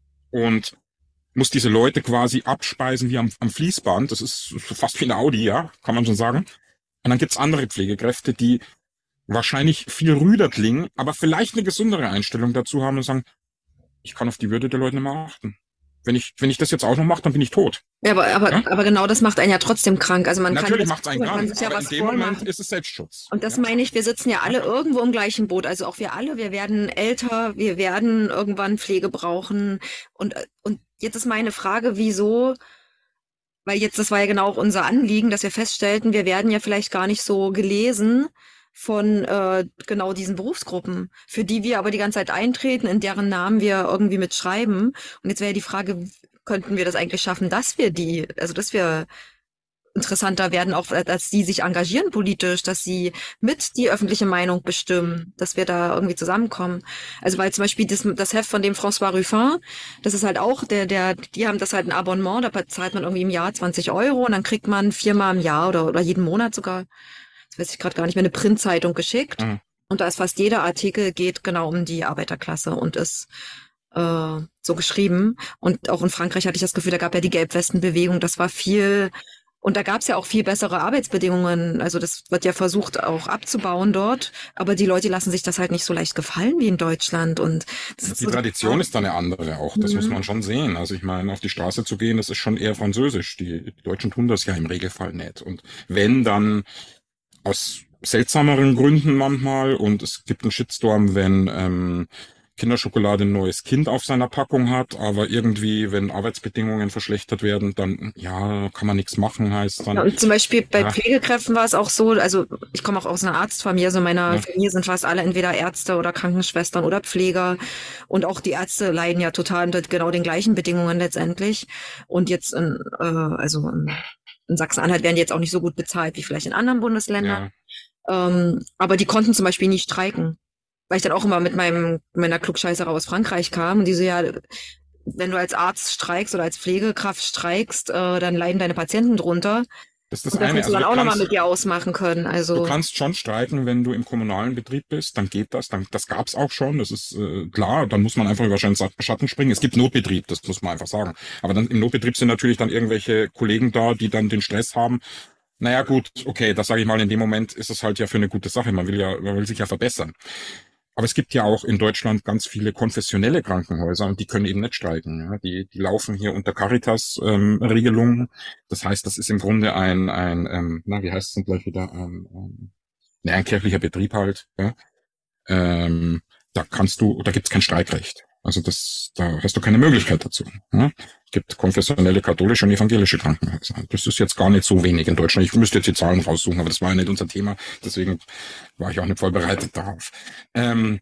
B: und muss diese Leute quasi abspeisen wie am, am Fließband. Das ist fast wie eine Audi, ja, kann man schon sagen. Und dann gibt's andere Pflegekräfte, die wahrscheinlich viel rüder klingen, aber vielleicht eine gesündere Einstellung dazu haben und sagen, ich kann auf die Würde der Leute nicht mehr achten. Wenn ich, wenn ich das jetzt auch noch mache, dann bin ich tot.
A: Ja, aber, aber,
B: Ja?
A: aber genau das macht einen ja trotzdem krank. Also man
B: Natürlich
A: kann,
B: macht's einen
A: man kann
B: krank,
A: sich ja
B: aber in
A: was
B: dem Moment
A: vormachen.
B: ist es Selbstschutz.
A: Und das
B: ja?
A: meine ich, wir sitzen ja alle irgendwo im gleichen Boot. Also auch wir alle, wir werden älter, wir werden irgendwann Pflege brauchen. Und, und jetzt ist meine Frage, wieso, weil jetzt, das war ja genau auch unser Anliegen, dass wir feststellten, wir werden ja vielleicht gar nicht so gelesen von äh, genau diesen Berufsgruppen, für die wir aber die ganze Zeit eintreten, in deren Namen wir irgendwie mitschreiben. Und jetzt wäre die Frage, könnten wir das eigentlich schaffen, dass wir die, also dass wir interessanter werden, auch dass die sich engagieren politisch, dass sie mit die öffentliche Meinung bestimmen, dass wir da irgendwie zusammenkommen. Also weil zum Beispiel das, das Heft von dem François Ruffin, das ist halt auch, der, der, die haben das halt ein Abonnement, da zahlt man irgendwie im Jahr zwanzig Euro und dann kriegt man viermal im Jahr oder, oder jeden Monat sogar, das weiß ich gerade gar nicht mehr, eine Printzeitung geschickt.
B: Mhm.
A: Und da ist fast jeder Artikel geht genau um die Arbeiterklasse und ist äh, so geschrieben. Und auch in Frankreich hatte ich das Gefühl, da gab ja die Gelbwestenbewegung, das war viel. Und da gab es ja auch viel bessere Arbeitsbedingungen. Also das wird ja versucht auch abzubauen dort. Aber die Leute lassen sich das halt nicht so leicht gefallen wie in Deutschland. Und das ist
B: Die
A: so
B: Tradition ist da eine andere auch. Das
A: Mhm.
B: muss man schon sehen. Also ich meine, auf die Straße zu gehen, das ist schon eher französisch. Die, die Deutschen tun das ja im Regelfall nicht. Und wenn, dann aus seltsameren Gründen manchmal. Und es gibt einen Shitstorm, wenn ähm, Kinderschokolade ein neues Kind auf seiner Packung hat, aber irgendwie, wenn Arbeitsbedingungen verschlechtert werden, dann, ja, kann man nichts machen, heißt dann.
A: Ja, und zum Beispiel bei
B: ja.
A: Pflegekräften war es auch so, also ich komme auch aus einer Arztfamilie, so meiner
B: Ja.
A: Familie sind fast alle entweder Ärzte oder Krankenschwestern oder Pfleger und auch die Ärzte leiden ja total unter genau den gleichen Bedingungen letztendlich und jetzt in, äh, also in, in Sachsen-Anhalt werden die jetzt auch nicht so gut bezahlt wie vielleicht in anderen Bundesländern,
B: Ja.
A: ähm, aber die konnten zum Beispiel nie streiken. Weil ich dann auch immer mit meinem meiner Klugscheißerei aus Frankreich kam und die so, ja, wenn du als Arzt streikst oder als Pflegekraft streikst, äh, dann leiden deine Patienten drunter.
B: Das ist das
A: Und das
B: eine.
A: musst du
B: Also
A: dann
B: du
A: auch nochmal
B: kannst,
A: mit dir ausmachen können.
B: du
A: Also
B: kannst schon streiken, wenn du im kommunalen Betrieb bist, dann geht das. Dann, das gab's auch schon, das ist äh, klar. Dann muss man einfach über seinen Schatten springen. Es gibt Notbetrieb, das muss man einfach sagen. Aber dann im Notbetrieb sind natürlich dann irgendwelche Kollegen da, die dann den Stress haben. Naja gut, okay, das sage ich mal, in dem Moment ist es halt ja für eine gute Sache. Man will ja, man will sich ja verbessern. Aber es gibt ja auch in Deutschland ganz viele konfessionelle Krankenhäuser und die können eben nicht streiken. Ja? Die, die laufen hier unter Caritas-Regelungen. Ähm, das heißt, das ist im Grunde ein, ein ähm, na, wie heißt es denn gleich wieder, ein, ein, ne, ein kirchlicher Betrieb halt. Ja? Ähm, da kannst du, da gibt's kein Streikrecht. Also das, da hast du keine Möglichkeit dazu. Ja? Es gibt konfessionelle, katholische und evangelische Krankenhäuser. Das ist jetzt gar nicht so wenig in Deutschland. Ich müsste jetzt die Zahlen raussuchen, aber das war ja nicht unser Thema. Deswegen war ich auch nicht vorbereitet darauf. Ähm,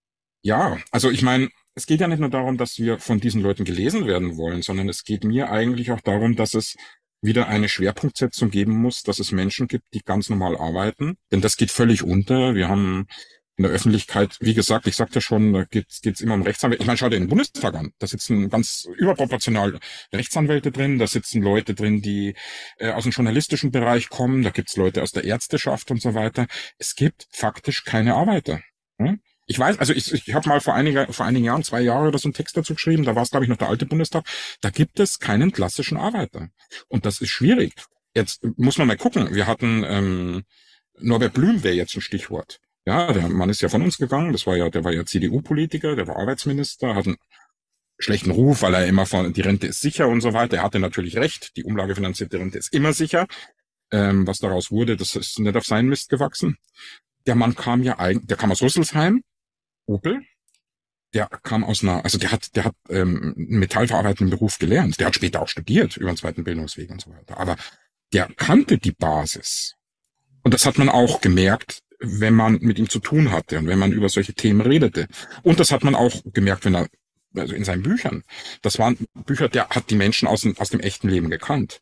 B: ja, also ich meine, es geht ja nicht nur darum, dass wir von diesen Leuten gelesen werden wollen, sondern es geht mir eigentlich auch darum, dass es wieder eine Schwerpunktsetzung geben muss, dass es Menschen gibt, die ganz normal arbeiten. Denn das geht völlig unter. Wir haben in der Öffentlichkeit, wie gesagt, ich sagte ja schon, da geht's, geht's immer um Rechtsanwälte. Ich meine, schau dir den Bundestag an. Da sitzen ganz überproportional Rechtsanwälte drin, da sitzen Leute drin, die äh, aus dem journalistischen Bereich kommen, da gibt's Leute aus der Ärzteschaft und so weiter. Es gibt faktisch keine Arbeiter. Hm? Ich weiß, also ich, ich habe mal vor, einiger, vor einigen Jahren, zwei Jahre oder so einen Text dazu geschrieben, da war es, glaube ich, noch der alte Bundestag, da gibt es keinen klassischen Arbeiter. Und das ist schwierig. Jetzt muss man mal gucken, wir hatten ähm, Norbert Blüm wäre jetzt ein Stichwort. Ja, der Mann ist ja von uns gegangen, das war ja, der war ja C D U-Politiker, der war Arbeitsminister, hat einen schlechten Ruf, weil er immer von, die Rente ist sicher und so weiter. Er hatte natürlich recht, die umlagefinanzierte Rente ist immer sicher. Ähm, was daraus wurde, das ist nicht auf seinen Mist gewachsen. Der Mann kam ja eigentlich, der kam aus Rüsselsheim, Opel, der kam aus einer, also der hat, der hat ähm, einen metallverarbeitenden Beruf gelernt, der hat später auch studiert über den zweiten Bildungsweg und so weiter, aber der kannte die Basis. Und das hat man auch gemerkt, wenn man mit ihm zu tun hatte und wenn man über solche Themen redete. Und das hat man auch gemerkt, wenn er, also in seinen Büchern, das waren Bücher, der hat die Menschen aus dem, aus dem echten Leben gekannt.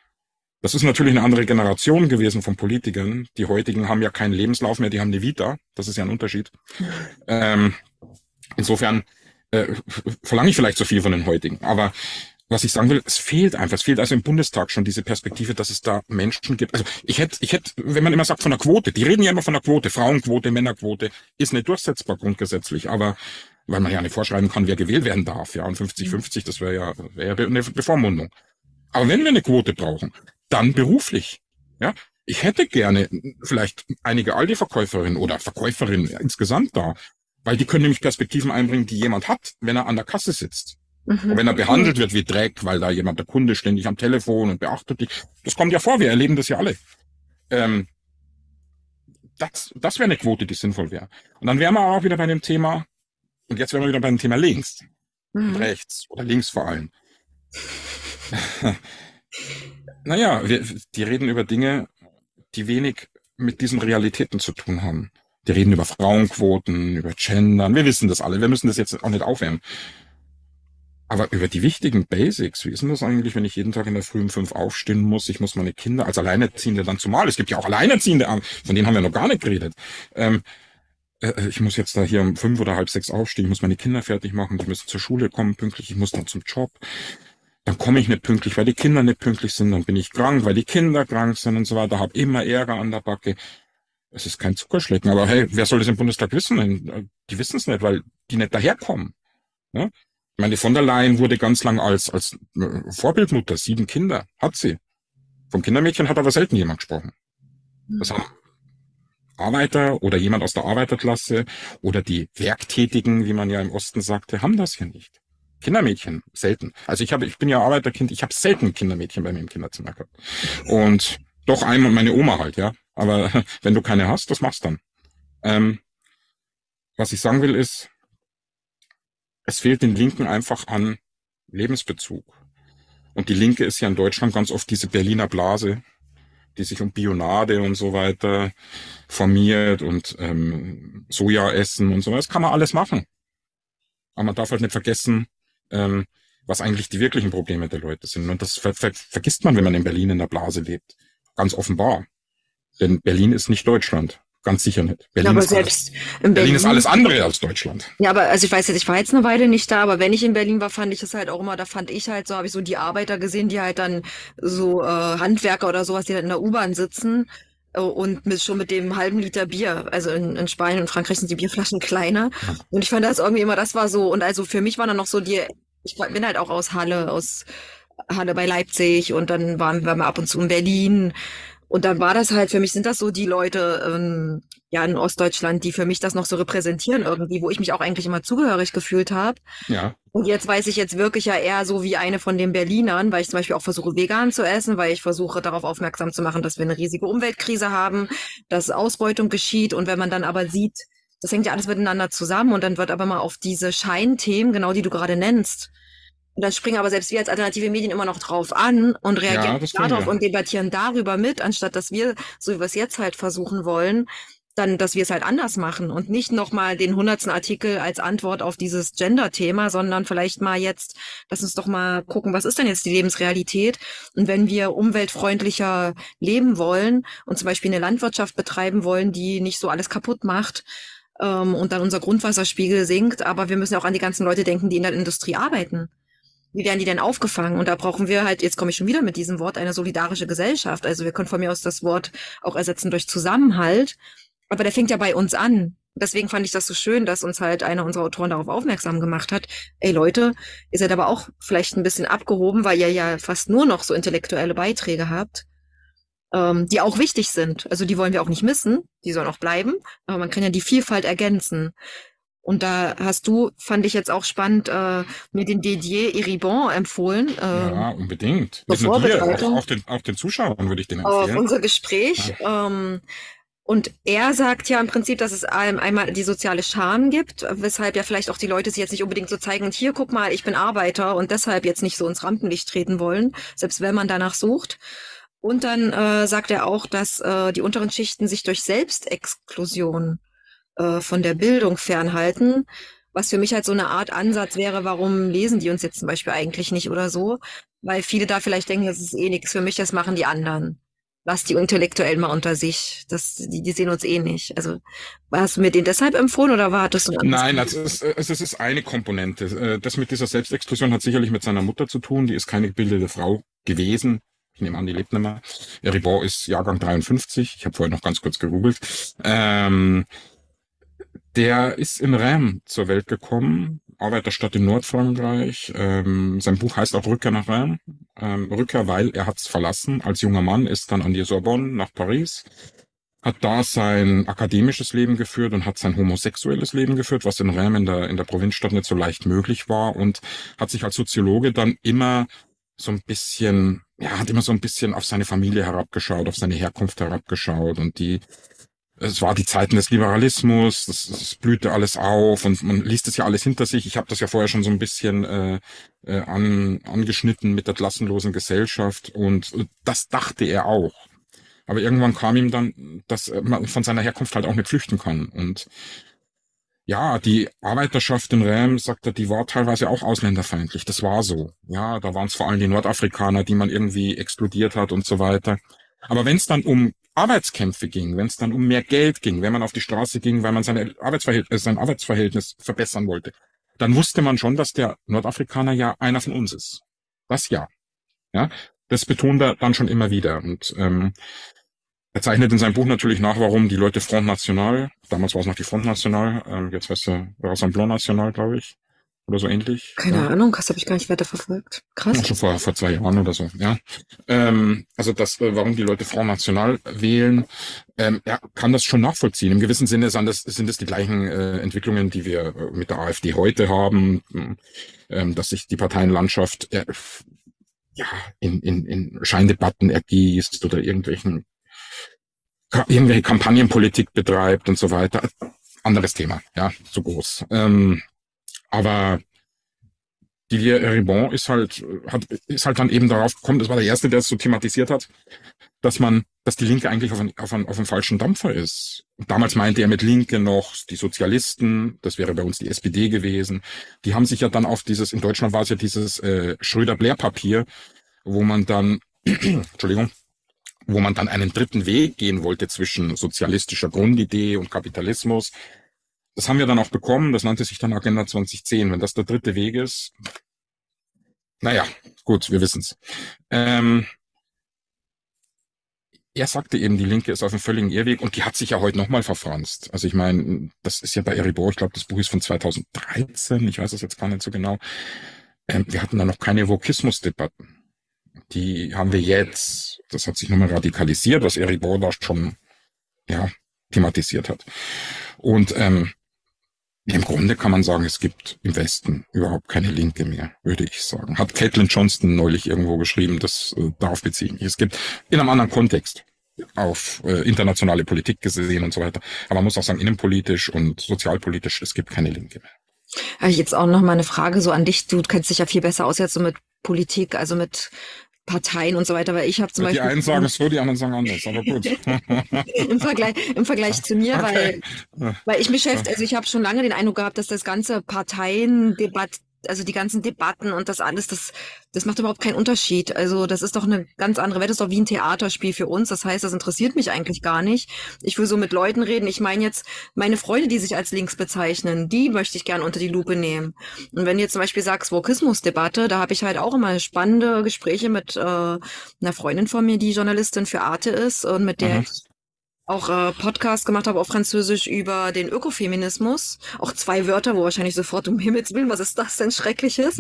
B: Das ist natürlich eine andere Generation gewesen von Politikern. Die heutigen haben ja keinen Lebenslauf mehr, die haben eine Vita. Das ist ja ein Unterschied. Ähm, insofern äh, verlange ich vielleicht zu viel von den heutigen. Aber was ich sagen will, es fehlt einfach. Es fehlt also im Bundestag schon diese Perspektive, dass es da Menschen gibt. Also ich hätte, ich hätte, wenn man immer sagt von der Quote, die reden ja immer von der Quote, Frauenquote, Männerquote, ist nicht durchsetzbar grundgesetzlich, aber weil man ja nicht vorschreiben kann, wer gewählt werden darf. Ja, und fünfzig fünfzig, das wäre ja, wäre ja eine Bevormundung. Aber wenn wir eine Quote brauchen, dann beruflich. Ja, ich hätte gerne vielleicht einige Aldi-Verkäuferinnen oder Verkäuferinnen insgesamt da, weil die können nämlich Perspektiven einbringen, die jemand hat, wenn er an der Kasse sitzt. Mhm. Und wenn er behandelt wird wie Dreck, weil da jemand, der Kunde ständig am Telefon und beachtet dich. Das kommt ja vor, wir erleben das ja alle. Ähm, das das wäre eine Quote, die sinnvoll wäre. Und dann wären wir auch wieder bei dem Thema, und jetzt wären wir wieder bei dem Thema links. Mhm. Und rechts oder links vor allem. Naja, wir, die reden über Dinge, die wenig mit diesen Realitäten zu tun haben. Die reden über Frauenquoten, über Gendern. Wir wissen das alle. Wir müssen das jetzt auch nicht aufwärmen. Aber über die wichtigen Basics, wie ist denn das eigentlich, wenn ich jeden Tag in der Früh um fünf aufstehen muss? Ich muss meine Kinder als Alleinerziehende dann zumal. Es gibt ja auch Alleinerziehende, von denen haben wir noch gar nicht geredet. Ähm, äh, ich muss jetzt da hier um fünf oder halb sechs aufstehen. Ich muss meine Kinder fertig machen. Die müssen zur Schule kommen pünktlich. Ich muss dann zum Job. Dann komme ich nicht pünktlich, weil die Kinder nicht pünktlich sind. Dann bin ich krank, weil die Kinder krank sind und so weiter. Hab immer Ärger an der Backe. Es ist kein Zuckerschlecken. Aber hey, wer soll das im Bundestag wissen? Die wissen es nicht, weil die nicht daherkommen. Ja? Ich meine, die von der Leyen wurde ganz lang als als Vorbildmutter, sieben Kinder hat sie. Vom Kindermädchen hat aber selten jemand gesprochen. Das haben Arbeiter oder jemand aus der Arbeiterklasse oder die Werktätigen, wie man ja im Osten sagte, haben das ja nicht. Kindermädchen, selten. Also ich habe, ich bin ja Arbeiterkind, ich habe selten Kindermädchen bei mir im Kinderzimmer gehabt. Und doch einmal meine Oma halt, ja. Aber wenn du keine hast, was machst du dann? Ähm, was ich sagen will ist, es fehlt den Linken einfach an Lebensbezug. Und die Linke ist ja in Deutschland ganz oft diese Berliner Blase, die sich um Bionade und so weiter formiert und ähm, Soja essen und so weiter. Das kann man alles machen. Aber man darf halt nicht vergessen, ähm, was eigentlich die wirklichen Probleme der Leute sind. Und das ver ver vergisst man, wenn man in Berlin in der Blase lebt. Ganz offenbar. Denn Berlin ist nicht Deutschland. Ganz sicher nicht. Berlin,
A: aber
B: ist,
A: selbst
B: alles,
A: in
B: Berlin,
A: Berlin
B: ist alles andere als Deutschland.
A: Ja, aber also ich weiß jetzt, ich war jetzt eine Weile nicht da, aber wenn ich in Berlin war, fand ich es halt auch immer, da fand ich halt so, habe ich so die Arbeiter gesehen, die halt dann so äh, Handwerker oder sowas, die dann in der U-Bahn sitzen äh, und mit, schon mit dem halben Liter Bier. Also in, in Spanien und Frankreich sind die Bierflaschen kleiner. Und ich fand das irgendwie immer, das war so, und also für mich war dann noch so die, ich bin halt auch aus Halle, aus Halle bei Leipzig und dann waren wir mal ab und zu in Berlin. Und dann war das halt, für mich sind das so die Leute, ähm, ja, in Ostdeutschland, die für mich das noch so repräsentieren irgendwie, wo ich mich auch eigentlich immer zugehörig gefühlt habe.
B: Ja.
A: Und jetzt weiß ich jetzt wirklich ja eher so wie eine von den Berlinern, weil ich zum Beispiel auch versuche, vegan zu essen, weil ich versuche, darauf aufmerksam zu machen, dass wir eine riesige Umweltkrise haben, dass Ausbeutung geschieht. Und wenn man dann aber sieht, das hängt ja alles miteinander zusammen und dann wird aber mal auf diese Scheinthemen, genau die du gerade nennst, und dann springen aber selbst wir als alternative Medien immer noch drauf an und reagieren
B: ja,
A: darauf und debattieren darüber mit, anstatt dass wir, so wie wir es jetzt halt versuchen wollen, dann, dass wir es halt anders machen und nicht nochmal den hundertsten Artikel als Antwort auf dieses Gender-Thema, sondern vielleicht mal jetzt, lass uns doch mal gucken, was ist denn jetzt die Lebensrealität? Und wenn wir umweltfreundlicher leben wollen und zum Beispiel eine Landwirtschaft betreiben wollen, die nicht so alles kaputt macht, ähm, und dann unser Grundwasserspiegel sinkt, aber wir müssen auch an die ganzen Leute denken, die in der Industrie arbeiten. Wie werden die denn aufgefangen? Und da brauchen wir halt, jetzt komme ich schon wieder mit diesem Wort, eine solidarische Gesellschaft. Also wir können von mir aus das Wort auch ersetzen durch Zusammenhalt. Aber der fängt ja bei uns an. Deswegen fand ich das so schön, dass uns halt einer unserer Autoren darauf aufmerksam gemacht hat. Ey Leute, ihr seid aber auch vielleicht ein bisschen abgehoben, weil ihr ja fast nur noch so intellektuelle Beiträge habt, ähm, die auch wichtig sind. Also die wollen wir auch nicht missen. Die sollen auch bleiben. Aber man kann ja die Vielfalt ergänzen. Und da hast du, fand ich jetzt auch spannend, äh, mir den Didier Eribon empfohlen. Äh,
B: ja, unbedingt. Nicht nur dir, auch, auch, den, auch den Zuschauern würde ich den empfehlen.
A: Auf unser Gespräch. Ja. Ähm, und er sagt ja im Prinzip, dass es einmal die soziale Scham gibt, weshalb ja vielleicht auch die Leute sich jetzt nicht unbedingt so zeigen, und hier, guck mal, ich bin Arbeiter und deshalb jetzt nicht so ins Rampenlicht treten wollen, selbst wenn man danach sucht. Und dann äh, sagt er auch, dass äh, die unteren Schichten sich durch Selbstexklusion von der Bildung fernhalten, was für mich halt so eine Art Ansatz wäre, warum lesen die uns jetzt zum Beispiel eigentlich nicht oder so, weil viele da vielleicht denken, das ist eh nichts für mich, das machen die anderen. Lass die intellektuell mal unter sich, das, die, die sehen uns eh nicht. Also hast du mir den deshalb empfohlen oder wartest du?
B: Nein, das ist, es ist eine Komponente. Das mit dieser Selbstexklusion hat sicherlich mit seiner Mutter zu tun, die ist keine gebildete Frau gewesen. Ich nehme an, die lebt nicht mehr. Eribon ist Jahrgang dreiundfünfzig, ich habe vorher noch ganz kurz gegoogelt. Ähm, Der ist in Reims zur Welt gekommen, Arbeiterstadt in Nordfrankreich. Ähm, sein Buch heißt auch Rückkehr nach Reims. Ähm, Rückkehr, weil er hat's verlassen. Als junger Mann ist dann an die Sorbonne nach Paris, hat da sein akademisches Leben geführt und hat sein homosexuelles Leben geführt, was in Reims in der, in der Provinzstadt nicht so leicht möglich war, und hat sich als Soziologe dann immer so ein bisschen, ja, hat immer so ein bisschen auf seine Familie herabgeschaut, auf seine Herkunft herabgeschaut, und die Es war die Zeiten des Liberalismus, das, das blühte alles auf und man liest es ja alles hinter sich. Ich habe das ja vorher schon so ein bisschen äh, äh, an, angeschnitten mit der klassenlosen Gesellschaft, und das dachte er auch. Aber irgendwann kam ihm dann, dass man von seiner Herkunft halt auch nicht flüchten kann. Und ja, die Arbeiterschaft in Reims, sagt er, die war teilweise auch ausländerfeindlich. Das war so. Ja, da waren es vor allem die Nordafrikaner, die man irgendwie exkludiert hat und so weiter. Aber wenn es dann um Arbeitskämpfe ging, wenn es dann um mehr Geld ging, wenn man auf die Straße ging, weil man seine Arbeitsverhältnis, sein Arbeitsverhältnis verbessern wollte, dann wusste man schon, dass der Nordafrikaner ja einer von uns ist. Das ja. Ja, das betont er dann schon immer wieder. Und ähm, er zeichnet in seinem Buch natürlich nach, warum die Leute Front National, damals war es noch die Front National, ähm, jetzt heißt er Rassemblement National, glaube ich, oder so ähnlich.
A: Keine ja. Ahnung, das habe ich gar nicht weiter verfolgt. Krass.
B: Also vor, vor zwei Jahren oder so, ja. Ähm, also das, äh, warum die Leute Front National wählen, ähm, er kann das schon nachvollziehen. Im gewissen Sinne sind das, sind das die gleichen äh, Entwicklungen, die wir mit der AfD heute haben, ähm, dass sich die Parteienlandschaft äh, ja in, in, in Scheindebatten ergießt oder irgendwelchen irgendwelche Kampagnenpolitik betreibt und so weiter. Anderes Thema, ja, zu groß. Ähm, aber Didier Eribon ist halt, hat, ist halt dann eben darauf gekommen, das war der Erste, der es so thematisiert hat, dass man, dass die Linke eigentlich auf, ein, auf, ein, auf einem falschen Dampfer ist. Damals meinte er mit Linke noch die Sozialisten, das wäre bei uns die S P D gewesen. Die haben sich ja dann auf dieses, in Deutschland war es ja dieses äh, Schröder-Blair-Papier, wo man dann, Entschuldigung, wo man dann einen dritten Weg gehen wollte zwischen sozialistischer Grundidee und Kapitalismus. Das haben wir dann auch bekommen, das nannte sich dann Agenda zwanzig zehn. Wenn das der dritte Weg ist, naja, gut, wir wissen's. Ähm, er sagte eben, die Linke ist auf einem völligen Irrweg und die hat sich ja heute nochmal verfranst. Also ich meine, das ist ja bei Eribon, ich glaube, das Buch ist von zweitausenddreizehn, ich weiß es jetzt gar nicht so genau. Ähm, wir hatten da noch keine Wokismus-Debatten. Die haben wir jetzt. Das hat sich nochmal radikalisiert, was Eribon da schon ja, thematisiert hat. Und ähm, im Grunde kann man sagen, es gibt im Westen überhaupt keine Linke mehr, würde ich sagen. Hat Caitlin Johnston neulich irgendwo geschrieben, das äh, darauf beziehe ich mich. Es gibt in einem anderen Kontext auf äh, internationale Politik gesehen und so weiter. Aber man muss auch sagen, innenpolitisch und sozialpolitisch, es gibt keine Linke mehr.
A: Habe ich jetzt auch noch mal eine Frage so an dich. Du kennst dich ja viel besser aus jetzt so mit Politik, also mit Parteien und so weiter, weil ich habe zum
B: Die
A: Beispiel...
B: Die einen sagen so, die anderen sagen anders, aber gut.
A: Im Vergleich, im Vergleich zu mir,
B: Okay.
A: weil, weil ich beschäftige, also ich habe schon lange den Eindruck gehabt, dass das ganze Parteiendebatt, also die ganzen Debatten und das alles, das, das macht überhaupt keinen Unterschied. Also das ist doch eine ganz andere Welt, das ist doch wie ein Theaterspiel für uns. Das heißt, das interessiert mich eigentlich gar nicht. Ich will so mit Leuten reden. Ich meine jetzt, meine Freunde, die sich als links bezeichnen, die möchte ich gerne unter die Lupe nehmen. Und wenn du jetzt zum Beispiel sagst, Wokismus-Debatte, da habe ich halt auch immer spannende Gespräche mit äh, einer Freundin von mir, die Journalistin für Arte ist und mit der
B: Mhm.
A: ich auch äh, Podcast gemacht habe auf Französisch über den Ökofeminismus. Auch zwei Wörter, wo wahrscheinlich sofort um Himmels Willen, was ist das denn Schreckliches?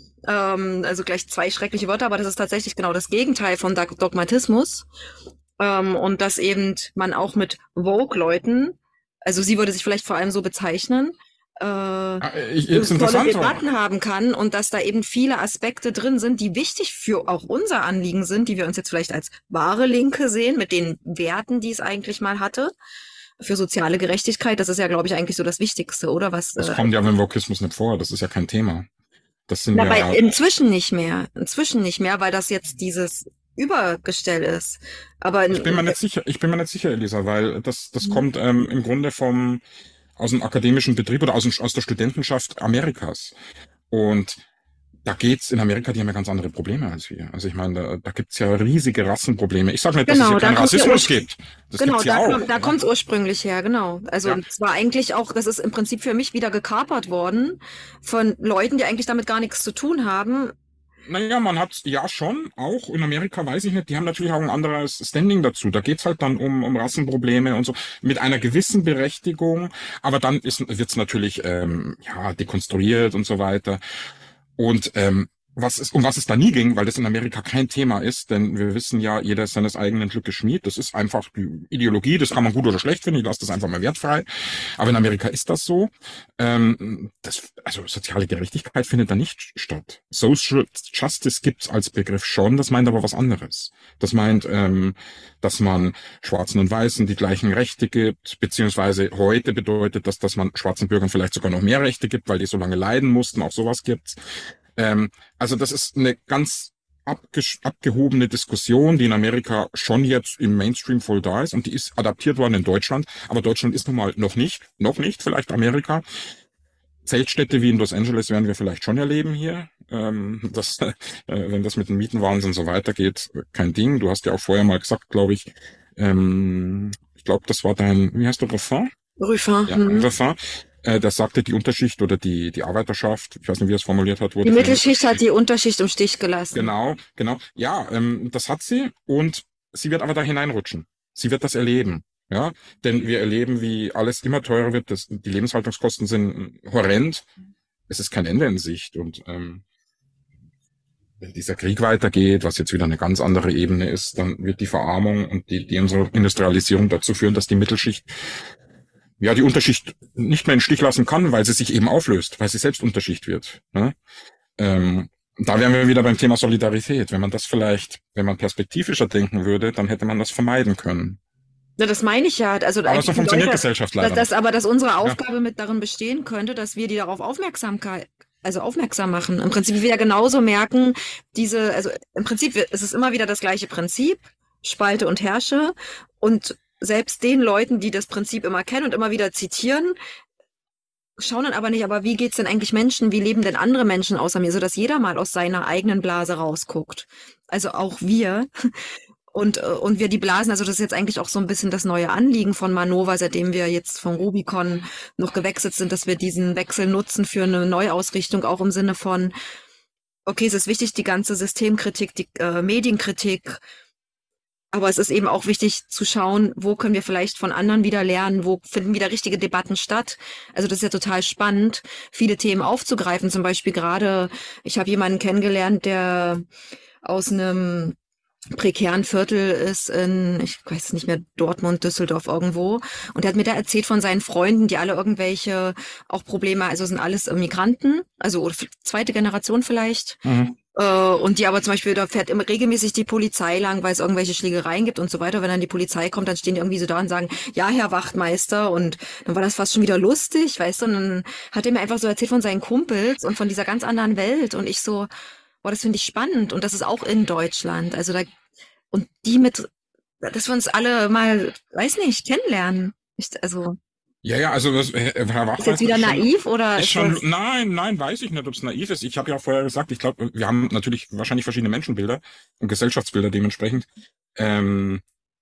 A: Ähm, also gleich zwei schreckliche Wörter, aber das ist tatsächlich genau das Gegenteil von Dog- Dogmatismus. Ähm, und dass eben man auch mit Vogue-Leuten, also sie würde sich vielleicht vor allem so bezeichnen, äh,
B: Ah, ich, ist
A: tolle
B: interessant.
A: Debatten haben kann und dass da eben viele Aspekte drin sind, die wichtig für auch unser Anliegen sind, die wir uns jetzt vielleicht als wahre Linke sehen, mit den Werten, die es eigentlich mal hatte. Für soziale Gerechtigkeit, das ist ja, glaube ich, eigentlich so das Wichtigste, oder? Was,
B: Das
A: äh,
B: kommt ja beim Wokismus nicht vor, das ist ja kein Thema. Das sind
A: na,
B: ja,
A: weil inzwischen nicht mehr. Inzwischen nicht mehr, weil das jetzt dieses Übergestell ist. Aber
B: ich bin mir nicht sicher, ich bin mir nicht sicher, Elisa, weil das, das
A: Mhm.
B: kommt ähm, im Grunde vom, aus dem akademischen Betrieb oder aus, dem, aus der Studentenschaft Amerikas. Und da geht's in Amerika, die haben ja ganz andere Probleme als wir. Also ich meine, da, da gibt's ja riesige Rassenprobleme. Ich sage nicht, dass
A: Genau,
B: es hier
A: da
B: keinen
A: kommt's ja
B: Rassismus
A: urspr-
B: gibt. Das
A: Genau,
B: gibt's ja
A: da,
B: auch.
A: kommt- da
B: ja.
A: kommt's ursprünglich her, genau. Also
B: Ja.
A: und zwar eigentlich auch, das ist im Prinzip für mich wieder gekapert worden von Leuten, die eigentlich damit gar nichts zu tun haben.
B: Naja, man hat ja schon, auch in Amerika, weiß ich nicht, die haben natürlich auch ein anderes Standing dazu. Da geht's halt dann um, um Rassenprobleme und so, mit einer gewissen Berechtigung, aber dann ist, wird's natürlich ähm, ja dekonstruiert und so weiter. Und ähm, was es, um was es da nie ging, weil das in Amerika kein Thema ist, denn wir wissen ja, jeder ist seines eigenen Glückes Schmied. Das ist einfach die Ideologie, das kann man gut oder schlecht finden, ich lasse das einfach mal wertfrei. Aber in Amerika ist das so. Ähm, das, also soziale Gerechtigkeit findet da nicht statt. Social Justice gibt's als Begriff schon, das meint aber was anderes. Das meint, ähm, dass man Schwarzen und Weißen die gleichen Rechte gibt, beziehungsweise heute bedeutet das, dass man schwarzen Bürgern vielleicht sogar noch mehr Rechte gibt, weil die so lange leiden mussten, auch sowas gibt's. Ähm, also das ist eine ganz abge abgehobene Diskussion, die in Amerika schon jetzt im Mainstream voll da ist und die ist adaptiert worden in Deutschland, aber Deutschland ist nun mal noch nicht, noch nicht, vielleicht Amerika. Zeltstädte wie in Los Angeles werden wir vielleicht schon erleben hier. Ähm, das, äh, wenn das mit dem Mietenwahnsinn so weitergeht, kein Ding. Du hast ja auch vorher mal gesagt, glaube ich, ähm, ich glaube, das war dein, wie heißt du, Refrain?
A: Ruffin.
B: Ja,
A: Mhm.
B: Refrain. Äh, der sagte, die Unterschicht oder die, die Arbeiterschaft, ich weiß nicht, wie er es formuliert hat, wurde
A: Die
B: von-
A: Mittelschicht hat die Unterschicht im Stich gelassen.
B: Genau, genau. Ja, ähm, das hat sie und sie wird aber da hineinrutschen. Sie wird das erleben. Ja, denn wir erleben, wie alles immer teurer wird. Das, die Lebenshaltungskosten sind horrend. Es ist kein Ende in Sicht. Und ähm, wenn dieser Krieg weitergeht, was jetzt wieder eine ganz andere Ebene ist, dann wird die Verarmung und die, die unsere Industrialisierung dazu führen, dass die Mittelschicht, ja, die Unterschicht nicht mehr in den Stich lassen kann, weil sie sich eben auflöst, weil sie selbst Unterschicht wird. Ne? Ähm, da wären wir wieder beim Thema Solidarität. Wenn man das vielleicht, wenn man perspektivischer denken würde, dann hätte man das vermeiden können.
A: Ja, das meine ich ja. Also
B: Aber
A: eigentlich
B: so
A: die
B: funktioniert
A: Leute,
B: Gesellschaft
A: dass,
B: leider
A: dass
B: nicht.
A: aber dass unsere Aufgabe mit darin bestehen könnte, dass wir die darauf Aufmerksamkeit also aufmerksam machen. Im Prinzip wieder genauso merken, diese, also im Prinzip ist es immer wieder das gleiche Prinzip, Spalte und Herrsche. Und selbst den Leuten, die das Prinzip immer kennen und immer wieder zitieren, schauen dann aber nicht, aber wie geht's denn eigentlich Menschen, wie leben denn andere Menschen außer mir, sodass jeder mal aus seiner eigenen Blase rausguckt. Also auch wir. Und, äh, und wir die Blasen, also das ist jetzt eigentlich auch so ein bisschen das neue Anliegen von Manova, seitdem wir jetzt vom Rubicon noch gewechselt sind, dass wir diesen Wechsel nutzen für eine Neuausrichtung, auch im Sinne von, okay, es ist wichtig, die ganze Systemkritik, die äh, Medienkritik, aber es ist eben auch wichtig zu schauen, wo können wir vielleicht von anderen wieder lernen, wo finden wieder richtige Debatten statt. Also das ist ja total spannend, viele Themen aufzugreifen. Zum Beispiel gerade, ich habe jemanden kennengelernt, der aus einem prekären Viertel ist in, ich weiß nicht mehr, Dortmund, Düsseldorf irgendwo. Und er hat mir da erzählt von seinen Freunden, die alle irgendwelche auch Probleme, also sind alles Migranten, also zweite Generation vielleicht. Mhm. Und die aber zum Beispiel, da fährt immer regelmäßig die Polizei lang, weil es irgendwelche Schlägereien gibt und so weiter. Wenn dann die Polizei kommt, dann stehen die irgendwie so da und sagen, ja, Herr Wachtmeister. Und dann war das fast schon wieder lustig, weißt du. Und dann hat er mir einfach so erzählt von seinen Kumpels und von dieser ganz anderen Welt. Und ich so, boah, das finde ich spannend. Und das ist auch in Deutschland. Also da, und die mit, dass wir uns alle mal, weiß nicht, kennenlernen. Ich, also.
B: Ja, ja, also das, Herr Wachtmeister
A: ist jetzt wieder ist naiv
B: schon,
A: oder
B: ist schon, nein, nein, weiß ich nicht, ob es naiv ist. Ich habe ja vorher gesagt, ich glaube, wir haben natürlich wahrscheinlich verschiedene Menschenbilder und Gesellschaftsbilder dementsprechend. Ähm,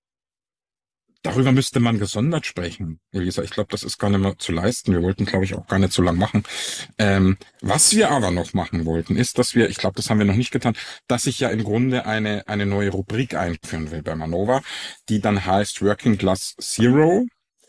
B: darüber müsste man gesondert sprechen, Elisa. Ich glaube, das ist gar nicht mehr zu leisten. Wir wollten, glaube ich, auch gar nicht so lang machen. Ähm, was wir aber noch machen wollten, ist, dass wir, ich glaube, das haben wir noch nicht getan, dass ich ja im Grunde eine eine neue Rubrik einführen will bei Manova, die dann heißt Working Class Zero.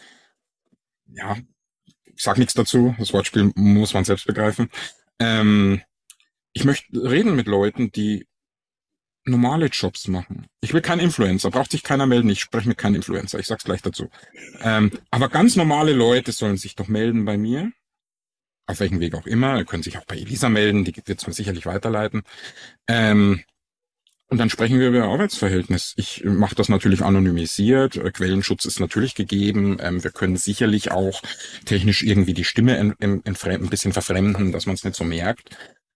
B: Ja, ich sag nichts dazu, das Wortspiel muss man selbst begreifen. Ähm, ich möchte reden mit Leuten, die normale Jobs machen. Ich will keinen Influencer, braucht sich keiner melden, ich spreche mit keinem Influencer, ich sag's gleich dazu. Ähm, aber ganz normale Leute sollen sich doch melden bei mir, auf welchem Weg auch immer, ihr könnt sich auch bei Elisa melden, die wird es sicherlich weiterleiten. Ähm, Und dann sprechen wir über Arbeitsverhältnis. Ich mache das natürlich anonymisiert. Quellenschutz ist natürlich gegeben. Ähm, wir können sicherlich auch technisch irgendwie die Stimme in, in, in ein bisschen verfremden, dass man es nicht so merkt.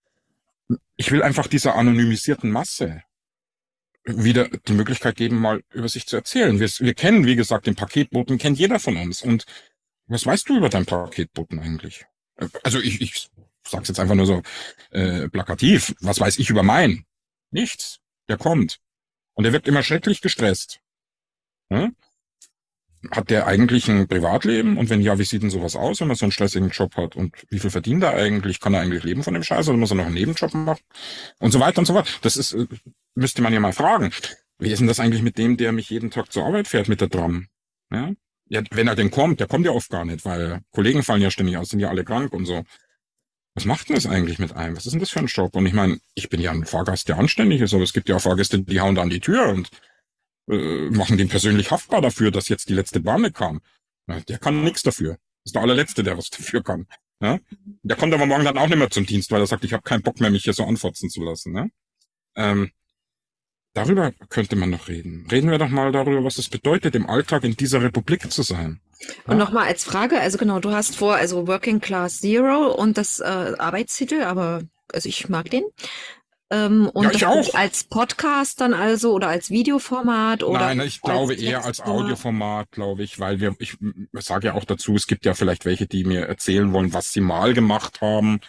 B: Ich will einfach dieser anonymisierten Masse wieder die Möglichkeit geben, mal über sich zu erzählen. Wir, wir kennen, wie gesagt, den Paketboten, kennt jeder von uns. Und was weißt du über deinen Paketboten eigentlich? Also ich, ich sag's jetzt einfach nur so äh, plakativ. Was weiß ich über meinen? Nichts. Der kommt. Und der wirkt immer schrecklich gestresst. Hm? Hat der eigentlich ein Privatleben? Und wenn ja, wie sieht denn sowas aus, wenn man so einen stressigen Job hat? Und wie viel verdient er eigentlich? Kann er eigentlich leben von dem Scheiß? Oder muss er noch einen Nebenjob machen? Und so weiter und so fort. Das ist, müsste man ja mal fragen. Wie ist denn das eigentlich mit dem, der mich jeden Tag zur Arbeit fährt mit der Tram? Ja? Ja, wenn er denn kommt, der kommt ja oft gar nicht, weil Kollegen fallen ja ständig aus, sind ja alle krank und so. Was macht denn das eigentlich mit einem? Was ist denn das für ein Job? Und ich meine, ich bin ja ein Fahrgast, der anständig ist, aber es gibt ja auch Fahrgäste, die hauen da an die Tür und äh, machen den persönlich haftbar dafür, dass jetzt die letzte Bahn nicht kam. Ja, der kann nichts dafür. Das ist der allerletzte, der was dafür kann. Ja? Der kommt aber morgen dann auch nicht mehr zum Dienst, weil er sagt, ich habe keinen Bock mehr, mich hier so anfotzen zu lassen. Ne? Ähm, darüber könnte man noch reden. Reden wir doch mal darüber, was es bedeutet, im Alltag in dieser Republik zu sein.
A: Und ja. Nochmal als Frage, also genau, du hast vor, also Working Class Zero und das äh, Arbeitstitel, aber also ich mag den. Ähm, und
B: ja, ich auch.
A: Als Podcast dann also oder als Videoformat oder?
B: Nein, ich glaube als eher als Audioformat, glaube ich, weil wir, ich, ich sage ja auch dazu, es gibt ja vielleicht welche, die mir erzählen wollen, was sie mal gemacht haben.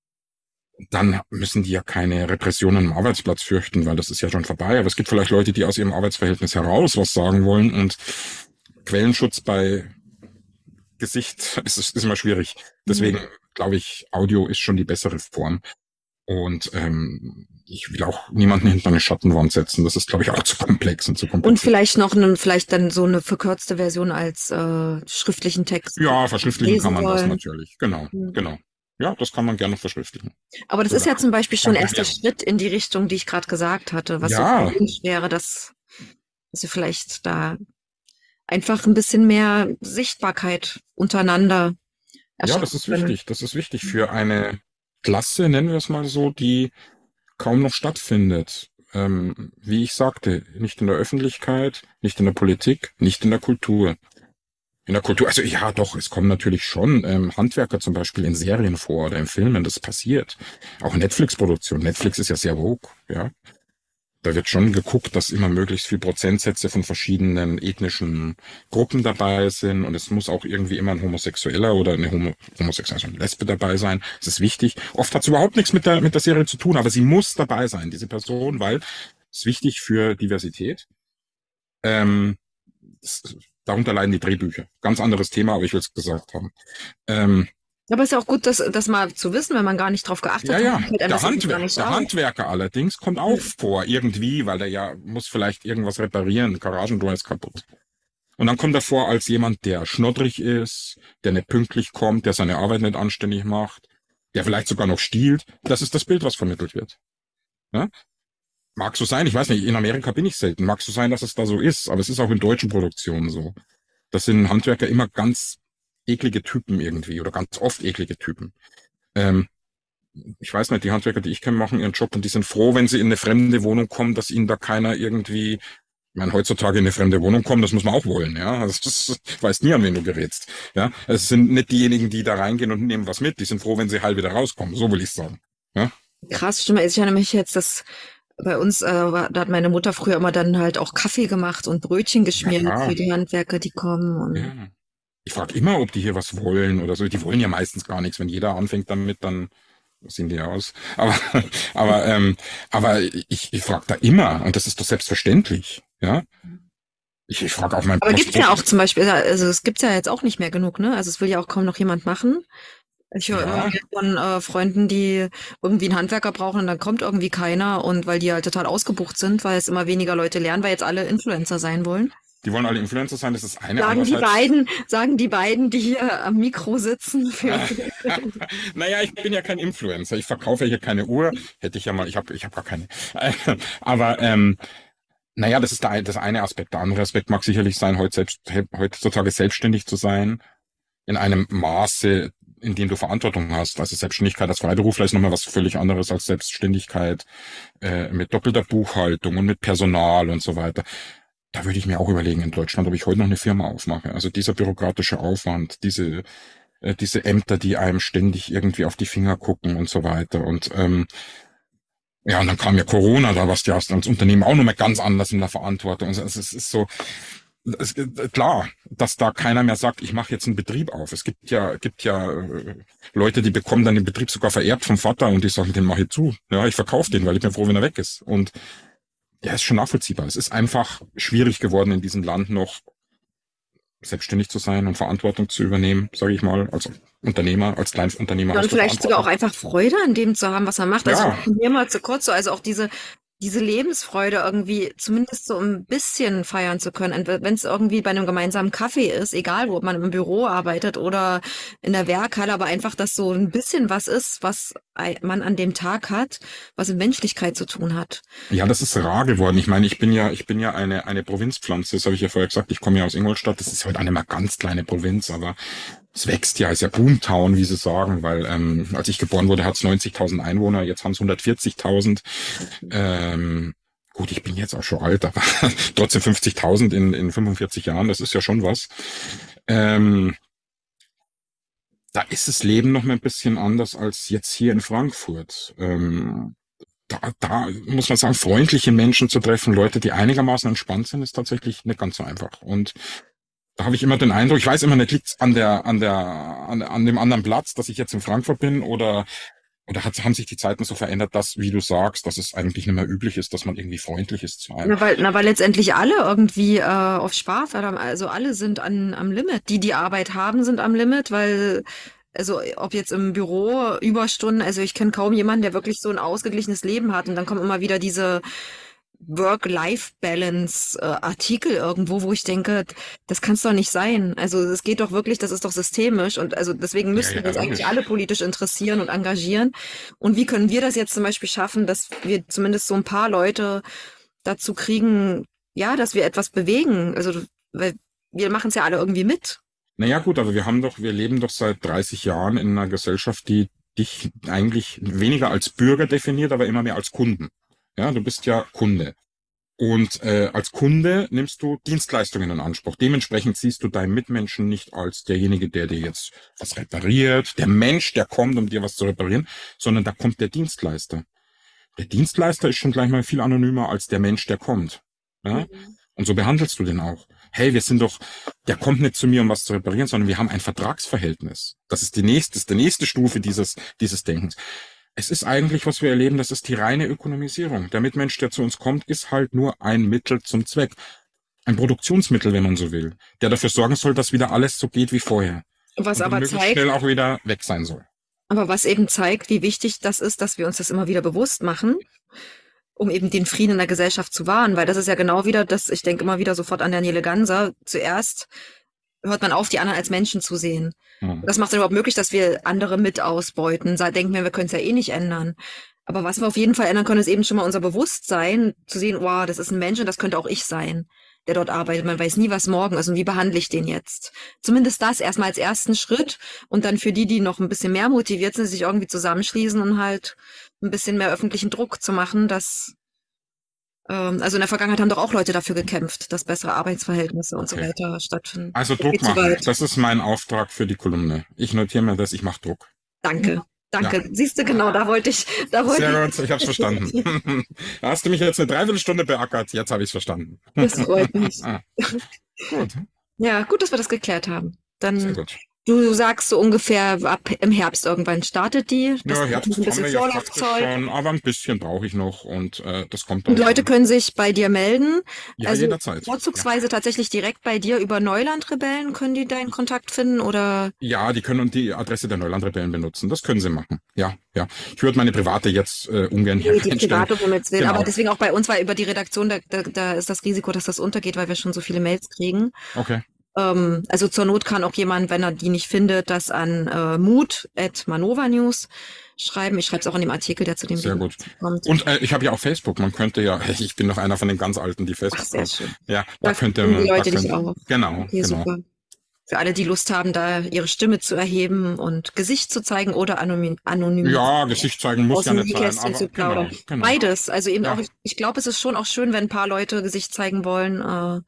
B: Dann müssen die ja keine Repressionen am Arbeitsplatz fürchten, weil das ist ja schon vorbei. Aber es gibt vielleicht Leute, die aus ihrem Arbeitsverhältnis heraus was sagen wollen und Quellenschutz bei Gesicht ist, ist immer schwierig. Deswegen mhm. glaube ich, Audio ist schon die bessere Form. Und ähm, ich will auch niemanden hinter eine Schattenwand setzen. Das ist, glaube ich, auch zu komplex und zu komplex.
A: Und vielleicht noch eine, vielleicht dann so eine verkürzte Version als äh, schriftlichen Text.
B: Ja, verschriftlichen kann man wollen. Das natürlich. Genau, mhm. genau. Ja, das kann man gerne verschriftlichen.
A: Aber das Oder ist ja zum Beispiel schon erst der Schritt in die Richtung, die ich gerade gesagt hatte. Was
B: ja.
A: so gewünscht wäre, dass, dass wir vielleicht da einfach ein bisschen mehr Sichtbarkeit untereinander
B: erschaffen. Ja, das ist wichtig. Das ist wichtig für eine Klasse, nennen wir es mal so, die kaum noch stattfindet. Ähm, wie ich sagte, nicht in der Öffentlichkeit, nicht in der Politik, nicht in der Kultur. In der Kultur, also ja, doch, es kommen natürlich schon ähm, Handwerker zum Beispiel in Serien vor oder in Filmen, das passiert. Auch Netflix-Produktion. Netflix ist ja sehr woke, ja. Da wird schon geguckt, dass immer möglichst viel Prozentsätze von verschiedenen ethnischen Gruppen dabei sind und es muss auch irgendwie immer ein Homosexueller oder eine Homo Homosexuelle, also eine Lesbe dabei sein. Das ist wichtig. Oft hat es überhaupt nichts mit der mit der Serie zu tun, aber sie muss dabei sein, diese Person, weil es ist wichtig für Diversität. Ähm, das, darunter leiden die Drehbücher. Ganz anderes Thema, aber ich will es gesagt haben. Ähm,
A: Aber ist ja auch gut, das, das mal zu wissen, wenn man gar nicht drauf geachtet
B: Ja,
A: hat.
B: ja,
A: Fällt einem
B: der,
A: das irgendwie gar
B: Handwer
A: nicht so
B: der
A: auf.
B: Handwerker allerdings kommt auch vor, irgendwie, weil der ja muss vielleicht irgendwas reparieren, Garagentor ist kaputt. Und dann kommt er vor als jemand, der schnoddrig ist, der nicht pünktlich kommt, der seine Arbeit nicht anständig macht, der vielleicht sogar noch stiehlt. Das ist das Bild, was vermittelt wird. Ja? Mag so sein, ich weiß nicht, in Amerika bin ich selten, mag so sein, dass es da so ist, aber es ist auch in deutschen Produktionen so. Das sind Handwerker immer ganz eklige Typen irgendwie oder ganz oft eklige Typen. Ähm, ich weiß nicht, die Handwerker, die ich kenne, machen ihren Job und die sind froh, wenn sie in eine fremde Wohnung kommen, dass ihnen da keiner irgendwie, ich meine, heutzutage in eine fremde Wohnung kommen, das muss man auch wollen, ja. Also das weiß nie, an wen du gerätst. Ja. Es sind nicht diejenigen, die da reingehen und nehmen was mit, die sind froh, wenn sie heil wieder rauskommen, so will ich sagen. Ja.
A: Krass, stimmt. Also ich erinnere mich jetzt, dass bei uns, äh, war, da hat meine Mutter früher immer dann halt auch Kaffee gemacht und Brötchen geschmiert
B: Ja,
A: für die Handwerker, die kommen. Und
B: ja. Ich frage immer, ob die hier was wollen oder so. Die wollen ja meistens gar nichts. Wenn jeder anfängt damit, dann sehen die aus. Aber, aber, ähm, aber ich, ich frage da immer, und das ist doch selbstverständlich, ja. Ich, ich frage auch meinen
A: Aber gibt's ja
B: Postboten.
A: auch zum Beispiel, also es gibt's ja jetzt auch nicht mehr genug, ne? Also es will ja auch kaum noch jemand machen. Ich höre immer
B: Ja,
A: mehr von äh, Freunden, die irgendwie einen Handwerker brauchen und dann kommt irgendwie keiner und weil die halt total ausgebucht sind, weil es immer weniger Leute lernen, weil jetzt alle Influencer sein wollen.
B: die wollen alle Influencer sein, das ist eine.
A: Sagen die
B: Andererseits,
A: beiden, sagen die beiden, die hier am Mikro sitzen. Für
B: naja, ich bin ja kein Influencer. Ich verkaufe hier keine Uhr. Hätte ich ja mal, ich habe ich hab gar keine. Aber ähm, naja, das ist der, das eine Aspekt. Der andere Aspekt mag sicherlich sein, heute selbst, heutzutage selbstständig zu sein, in einem Maße, in dem du Verantwortung hast. Also Selbstständigkeit als Freiberufler ist nochmal was völlig anderes als Selbstständigkeit äh, mit doppelter Buchhaltung und mit Personal und so weiter. Da würde ich mir auch überlegen in Deutschland, ob ich heute noch eine Firma aufmache. Also dieser bürokratische Aufwand, diese äh, diese Ämter, die einem ständig irgendwie auf die Finger gucken und so weiter. Und ähm, ja, und dann kam ja Corona, da warst du ja als Unternehmen auch nochmal ganz anders in der Verantwortung. Also es ist so, es, klar, dass da keiner mehr sagt, ich mache jetzt einen Betrieb auf. Es gibt ja, gibt ja äh, Leute, die bekommen dann den Betrieb sogar vererbt vom Vater und die sagen, den mache ich zu. Ja, ich verkaufe den, weil ich bin froh, wenn er weg ist. Und ja, ist schon nachvollziehbar. Es ist einfach schwierig geworden, in diesem Land noch selbstständig zu sein und Verantwortung zu übernehmen, sage ich mal, als Unternehmer, als Kleinunternehmer.
A: und vielleicht sogar auch einfach Freude an dem zu haben, was man macht. Also
B: Ja,
A: mir mal zu kurz so, also auch diese diese Lebensfreude irgendwie zumindest so ein bisschen feiern zu können. Wenn es irgendwie bei einem gemeinsamen Kaffee ist, egal wo, ob man im Büro arbeitet oder in der Werkhalle, aber einfach, dass so ein bisschen was ist, was man an dem Tag hat, was mit Menschlichkeit zu tun hat.
B: Ja, das ist rar geworden. Ich meine, ich bin ja, ich bin ja eine eine Provinzpflanze. Das habe ich ja vorher gesagt. Ich komme ja aus Ingolstadt. Das ist heute eine mal ganz kleine Provinz, aber es wächst ja, ist ja Boomtown, wie sie sagen, weil ähm, als ich geboren wurde, hat es neunzigtausend Einwohner, jetzt haben es hundertvierzigtausend. Ähm, gut, ich bin jetzt auch schon alt, aber trotzdem fünfzigtausend in, in fünfundvierzig Jahren, das ist ja schon was. Ähm, da ist das Leben noch mal ein bisschen anders als jetzt hier in Frankfurt. Ähm, da, da muss man sagen, freundliche Menschen zu treffen, Leute, die einigermaßen entspannt sind, ist tatsächlich nicht ganz so einfach. Und da habe ich immer den Eindruck, ich weiß immer nicht, liegt's an der, an der, an, an dem anderen Platz, dass ich jetzt in Frankfurt bin, oder oder hat, haben sich die Zeiten so verändert, dass, wie du sagst, dass es eigentlich nicht mehr üblich ist, dass man irgendwie freundlich ist zu einem.
A: Na, weil, na, weil letztendlich alle irgendwie äh, auf Spaß haben. Also alle sind an, am Limit. Die, die Arbeit haben, sind am Limit, weil, also ob jetzt im Büro Überstunden, also ich kenne kaum jemanden, der wirklich so ein ausgeglichenes Leben hat. Und dann kommen immer wieder diese Work-Life-Balance-Artikel irgendwo, wo ich denke, das kann es doch nicht sein. Also es geht doch wirklich, das ist doch systemisch und also deswegen müssten
B: Ja,
A: wir uns
B: ja,
A: eigentlich
B: logisch.
A: alle politisch interessieren und engagieren. Und wie können wir das jetzt zum Beispiel schaffen, dass wir zumindest so ein paar Leute dazu kriegen, ja, dass wir etwas bewegen? Also weil wir machen es ja alle irgendwie mit.
B: Naja, gut, aber wir haben doch, wir leben doch seit dreißig Jahren in einer Gesellschaft, die dich eigentlich weniger als Bürger definiert, aber immer mehr als Kunden. Ja, du bist ja Kunde. Und äh, als Kunde nimmst du Dienstleistungen in Anspruch. Dementsprechend siehst du deinen Mitmenschen nicht als derjenige, der dir jetzt was repariert, der Mensch, der kommt, um dir was zu reparieren, sondern da kommt der Dienstleister. Der Dienstleister ist schon gleich mal viel anonymer als der Mensch, der kommt. Ja? Mhm. Und so behandelst du den auch. Hey, wir sind doch, der kommt nicht zu mir, um was zu reparieren, sondern wir haben ein Vertragsverhältnis. Das ist die nächste, ist die nächste Stufe dieses, dieses Denkens. Es ist eigentlich, was wir erleben, das ist die reine Ökonomisierung. Der Mitmensch, der zu uns kommt, ist halt nur ein Mittel zum Zweck. Ein Produktionsmittel, wenn man so will, der dafür sorgen soll, dass wieder alles so geht wie vorher.
A: Was
B: und
A: aber
B: möglichst
A: zeigt,
B: schnell auch wieder weg sein soll.
A: Aber was eben zeigt, wie wichtig das ist, dass wir uns das immer wieder bewusst machen, um eben den Frieden in der Gesellschaft zu wahren. Weil das ist ja genau wieder das, ich denke immer wieder sofort an Daniele Ganser. Zuerst hört man auf, die anderen als Menschen zu sehen. Mhm. Das macht es überhaupt möglich, dass wir andere mit ausbeuten. Da denken wir, wir können es ja eh nicht ändern. Aber was wir auf jeden Fall ändern können, ist eben schon mal unser Bewusstsein, zu sehen, wow, das ist ein Mensch und das könnte auch ich sein, der dort arbeitet. Man weiß nie, was morgen ist und wie behandle ich den jetzt. Zumindest das erstmal als ersten Schritt und dann für die, die noch ein bisschen mehr motiviert sind, sich irgendwie zusammenschließen und halt ein bisschen mehr öffentlichen Druck zu machen, dass Also in der Vergangenheit haben doch auch Leute dafür gekämpft, dass bessere Arbeitsverhältnisse und okay. so weiter stattfinden.
B: Also Druck machen, das ist mein Auftrag für die Kolumne. Ich notiere mir das, ich mache Druck.
A: Danke, danke. Ja. Siehst du, genau, da wollte ich... Da wollte
B: Sehr gut, ich habe es verstanden. Da hast du mich jetzt eine Dreiviertelstunde beackert, jetzt habe ich es verstanden.
A: Das freut mich.
B: ah. Gut.
A: Ja, gut, dass wir das geklärt haben. Dann
B: Sehr gut.
A: Du sagst so ungefähr ab im Herbst irgendwann startet die. Das
B: ja, Herbst
A: ein bisschen
B: haben wir ja faktisch schon, aber ein bisschen brauche ich noch und äh, das kommt dann.
A: Und Leute
B: schon.
A: können sich bei dir melden.
B: Ja,
A: also
B: jederzeit.
A: Vorzugsweise ja. tatsächlich direkt bei dir über Neulandrebellen können die deinen Kontakt finden oder?
B: Ja, die können die Adresse der Neulandrebellen benutzen. Das können sie machen. Ja, ja. Ich würde meine private jetzt äh, ungern hier
A: nee, die private, womit will.
B: Genau.
A: Aber deswegen auch bei uns, weil über die Redaktion, da, da, da ist das Risiko, dass das untergeht, weil wir schon so viele Mails kriegen.
B: Okay.
A: Ähm, also zur Not kann auch jemand, wenn er die nicht findet, das an äh, mut at manova news schreiben. Ich schreibe es auch in dem Artikel, der zu dem
B: Sehr gut.
A: kommt.
B: Und äh, ich habe ja auch Facebook. Man könnte ja, ich bin noch einer von den ganz Alten, die Facebook
A: Ach, sehr schön.
B: Ja, da, da könnte man.
A: Die Leute
B: da
A: nicht auch.
B: Genau,
A: okay,
B: genau.
A: Super. Für alle, die Lust haben, da ihre Stimme zu erheben und Gesicht zu zeigen oder anonym. anonym
B: ja, Gesicht zeigen muss ja nicht sein, aber genau,
A: genau. Beides. Also eben ja. auch, ich, ich glaube, es ist schon auch schön, wenn ein paar Leute Gesicht zeigen wollen. Äh,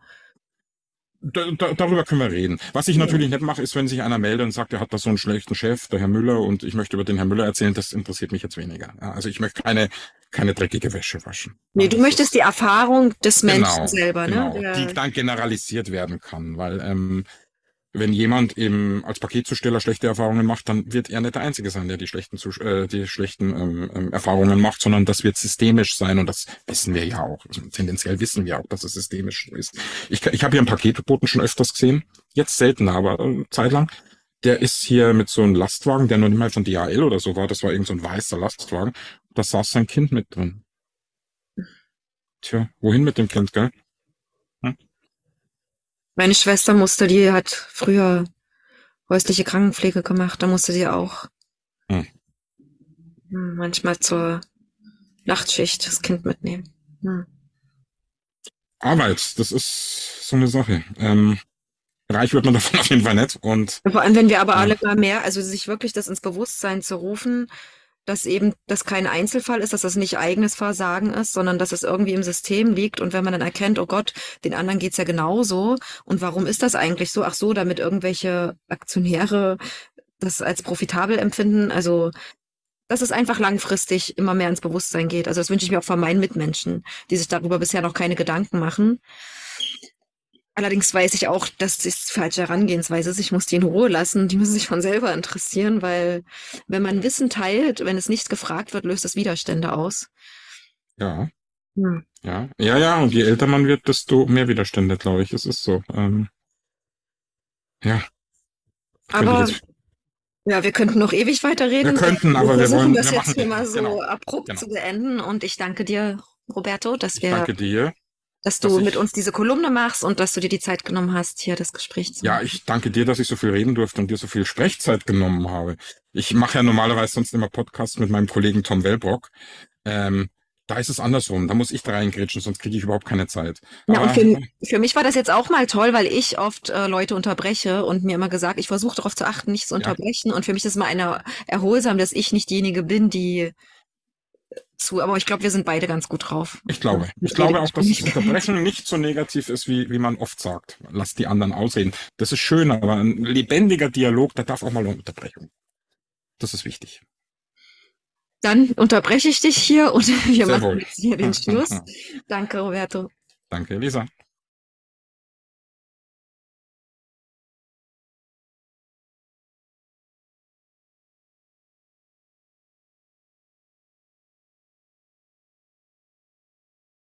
B: Da, da, darüber können wir reden. Was ich natürlich nicht mache, ist, wenn sich einer meldet und sagt, er hat da so einen schlechten Chef, der Herr Müller, und ich möchte über den Herrn Müller erzählen, das interessiert mich jetzt weniger. Ja, also ich möchte keine keine dreckige Wäsche waschen.
A: Nee, du möchtest ist, die Erfahrung des Menschen
B: genau,
A: selber, ne?
B: Genau, ja. Die dann generalisiert werden kann, weil ähm, wenn jemand eben als Paketzusteller schlechte Erfahrungen macht, dann wird er nicht der Einzige sein, der die schlechten äh, die schlechten ähm, Erfahrungen macht, sondern das wird systemisch sein und das wissen wir ja auch. Also, tendenziell wissen wir auch, dass es systemisch ist. Ich, ich habe hier einen Paketboten schon öfters gesehen, jetzt seltener, aber äh, zeitlang. Der ist hier mit so einem Lastwagen, der noch nicht mal von D H L oder so war, das war irgend so ein weißer Lastwagen, da saß sein Kind mit drin. Tja, wohin mit dem Kind, gell? Hm?
A: Meine Schwester musste, die hat früher häusliche Krankenpflege gemacht, da musste sie auch hm. manchmal zur Nachtschicht das Kind mitnehmen. Hm.
B: Arbeit, das ist so eine Sache. Ähm, reich wird man davon auf jeden Fall nicht. Und
A: vor allem, wenn wir aber ja. alle mal mehr, also sich wirklich das ins Bewusstsein zu rufen, dass eben das kein Einzelfall ist, dass das nicht eigenes Versagen ist, sondern dass es irgendwie im System liegt. Und wenn man dann erkennt, oh Gott, den anderen geht's ja genauso. Und warum ist das eigentlich so? Ach so, damit irgendwelche Aktionäre das als profitabel empfinden. Also, dass es einfach langfristig immer mehr ins Bewusstsein geht. Also das wünsche ich mir auch von meinen Mitmenschen, die sich darüber bisher noch keine Gedanken machen. Allerdings weiß ich auch, dass das falsche Herangehensweise ist. Ich muss die in Ruhe lassen. Die müssen sich von selber interessieren, weil wenn man Wissen teilt, wenn es nicht gefragt wird, löst das Widerstände aus.
B: Ja. Hm. Ja, ja, ja. Und je älter man wird, desto mehr Widerstände, glaube ich. Es ist so. Ähm, ja.
A: Aber ja, wir könnten noch ewig weiterreden.
B: Wir könnten, aber
A: wir,
B: wir wollen
A: das
B: wir
A: jetzt hier mal so
B: genau,
A: abrupt
B: genau.
A: zu beenden. Und ich danke dir, Roberto, dass wir.
B: Ich danke dir.
A: Dass du dass mit uns diese Kolumne machst und dass du dir die Zeit genommen hast, hier das Gespräch zu machen.
B: Ja, ich danke dir, dass ich so viel reden durfte und dir so viel Sprechzeit genommen habe. Ich mache ja normalerweise sonst immer Podcasts mit meinem Kollegen Tom Wellbrock. Ähm, da ist es andersrum. Da muss ich da reingrätschen, sonst kriege ich überhaupt keine Zeit.
A: Ja, und für, für mich war das jetzt auch mal toll, weil ich oft äh, Leute unterbreche und mir immer gesagt, ich versuche darauf zu achten, nicht zu unterbrechen. Ja. Und für mich ist es mal eine erholsam, dass ich nicht diejenige bin, die zu. Aber ich glaube, wir sind beide ganz gut drauf.
B: Ich glaube. Ich glaube auch, dass Unterbrechung nicht so negativ ist, wie, wie man oft sagt. Lass die anderen ausreden. Das ist schön, aber ein lebendiger Dialog, da darf auch mal eine Unterbrechung. Das ist wichtig.
A: Dann unterbreche ich dich hier und wir
B: Sehr
A: machen
B: wohl.
A: jetzt hier den Schluss. Danke, Roberto.
B: Danke, Lisa.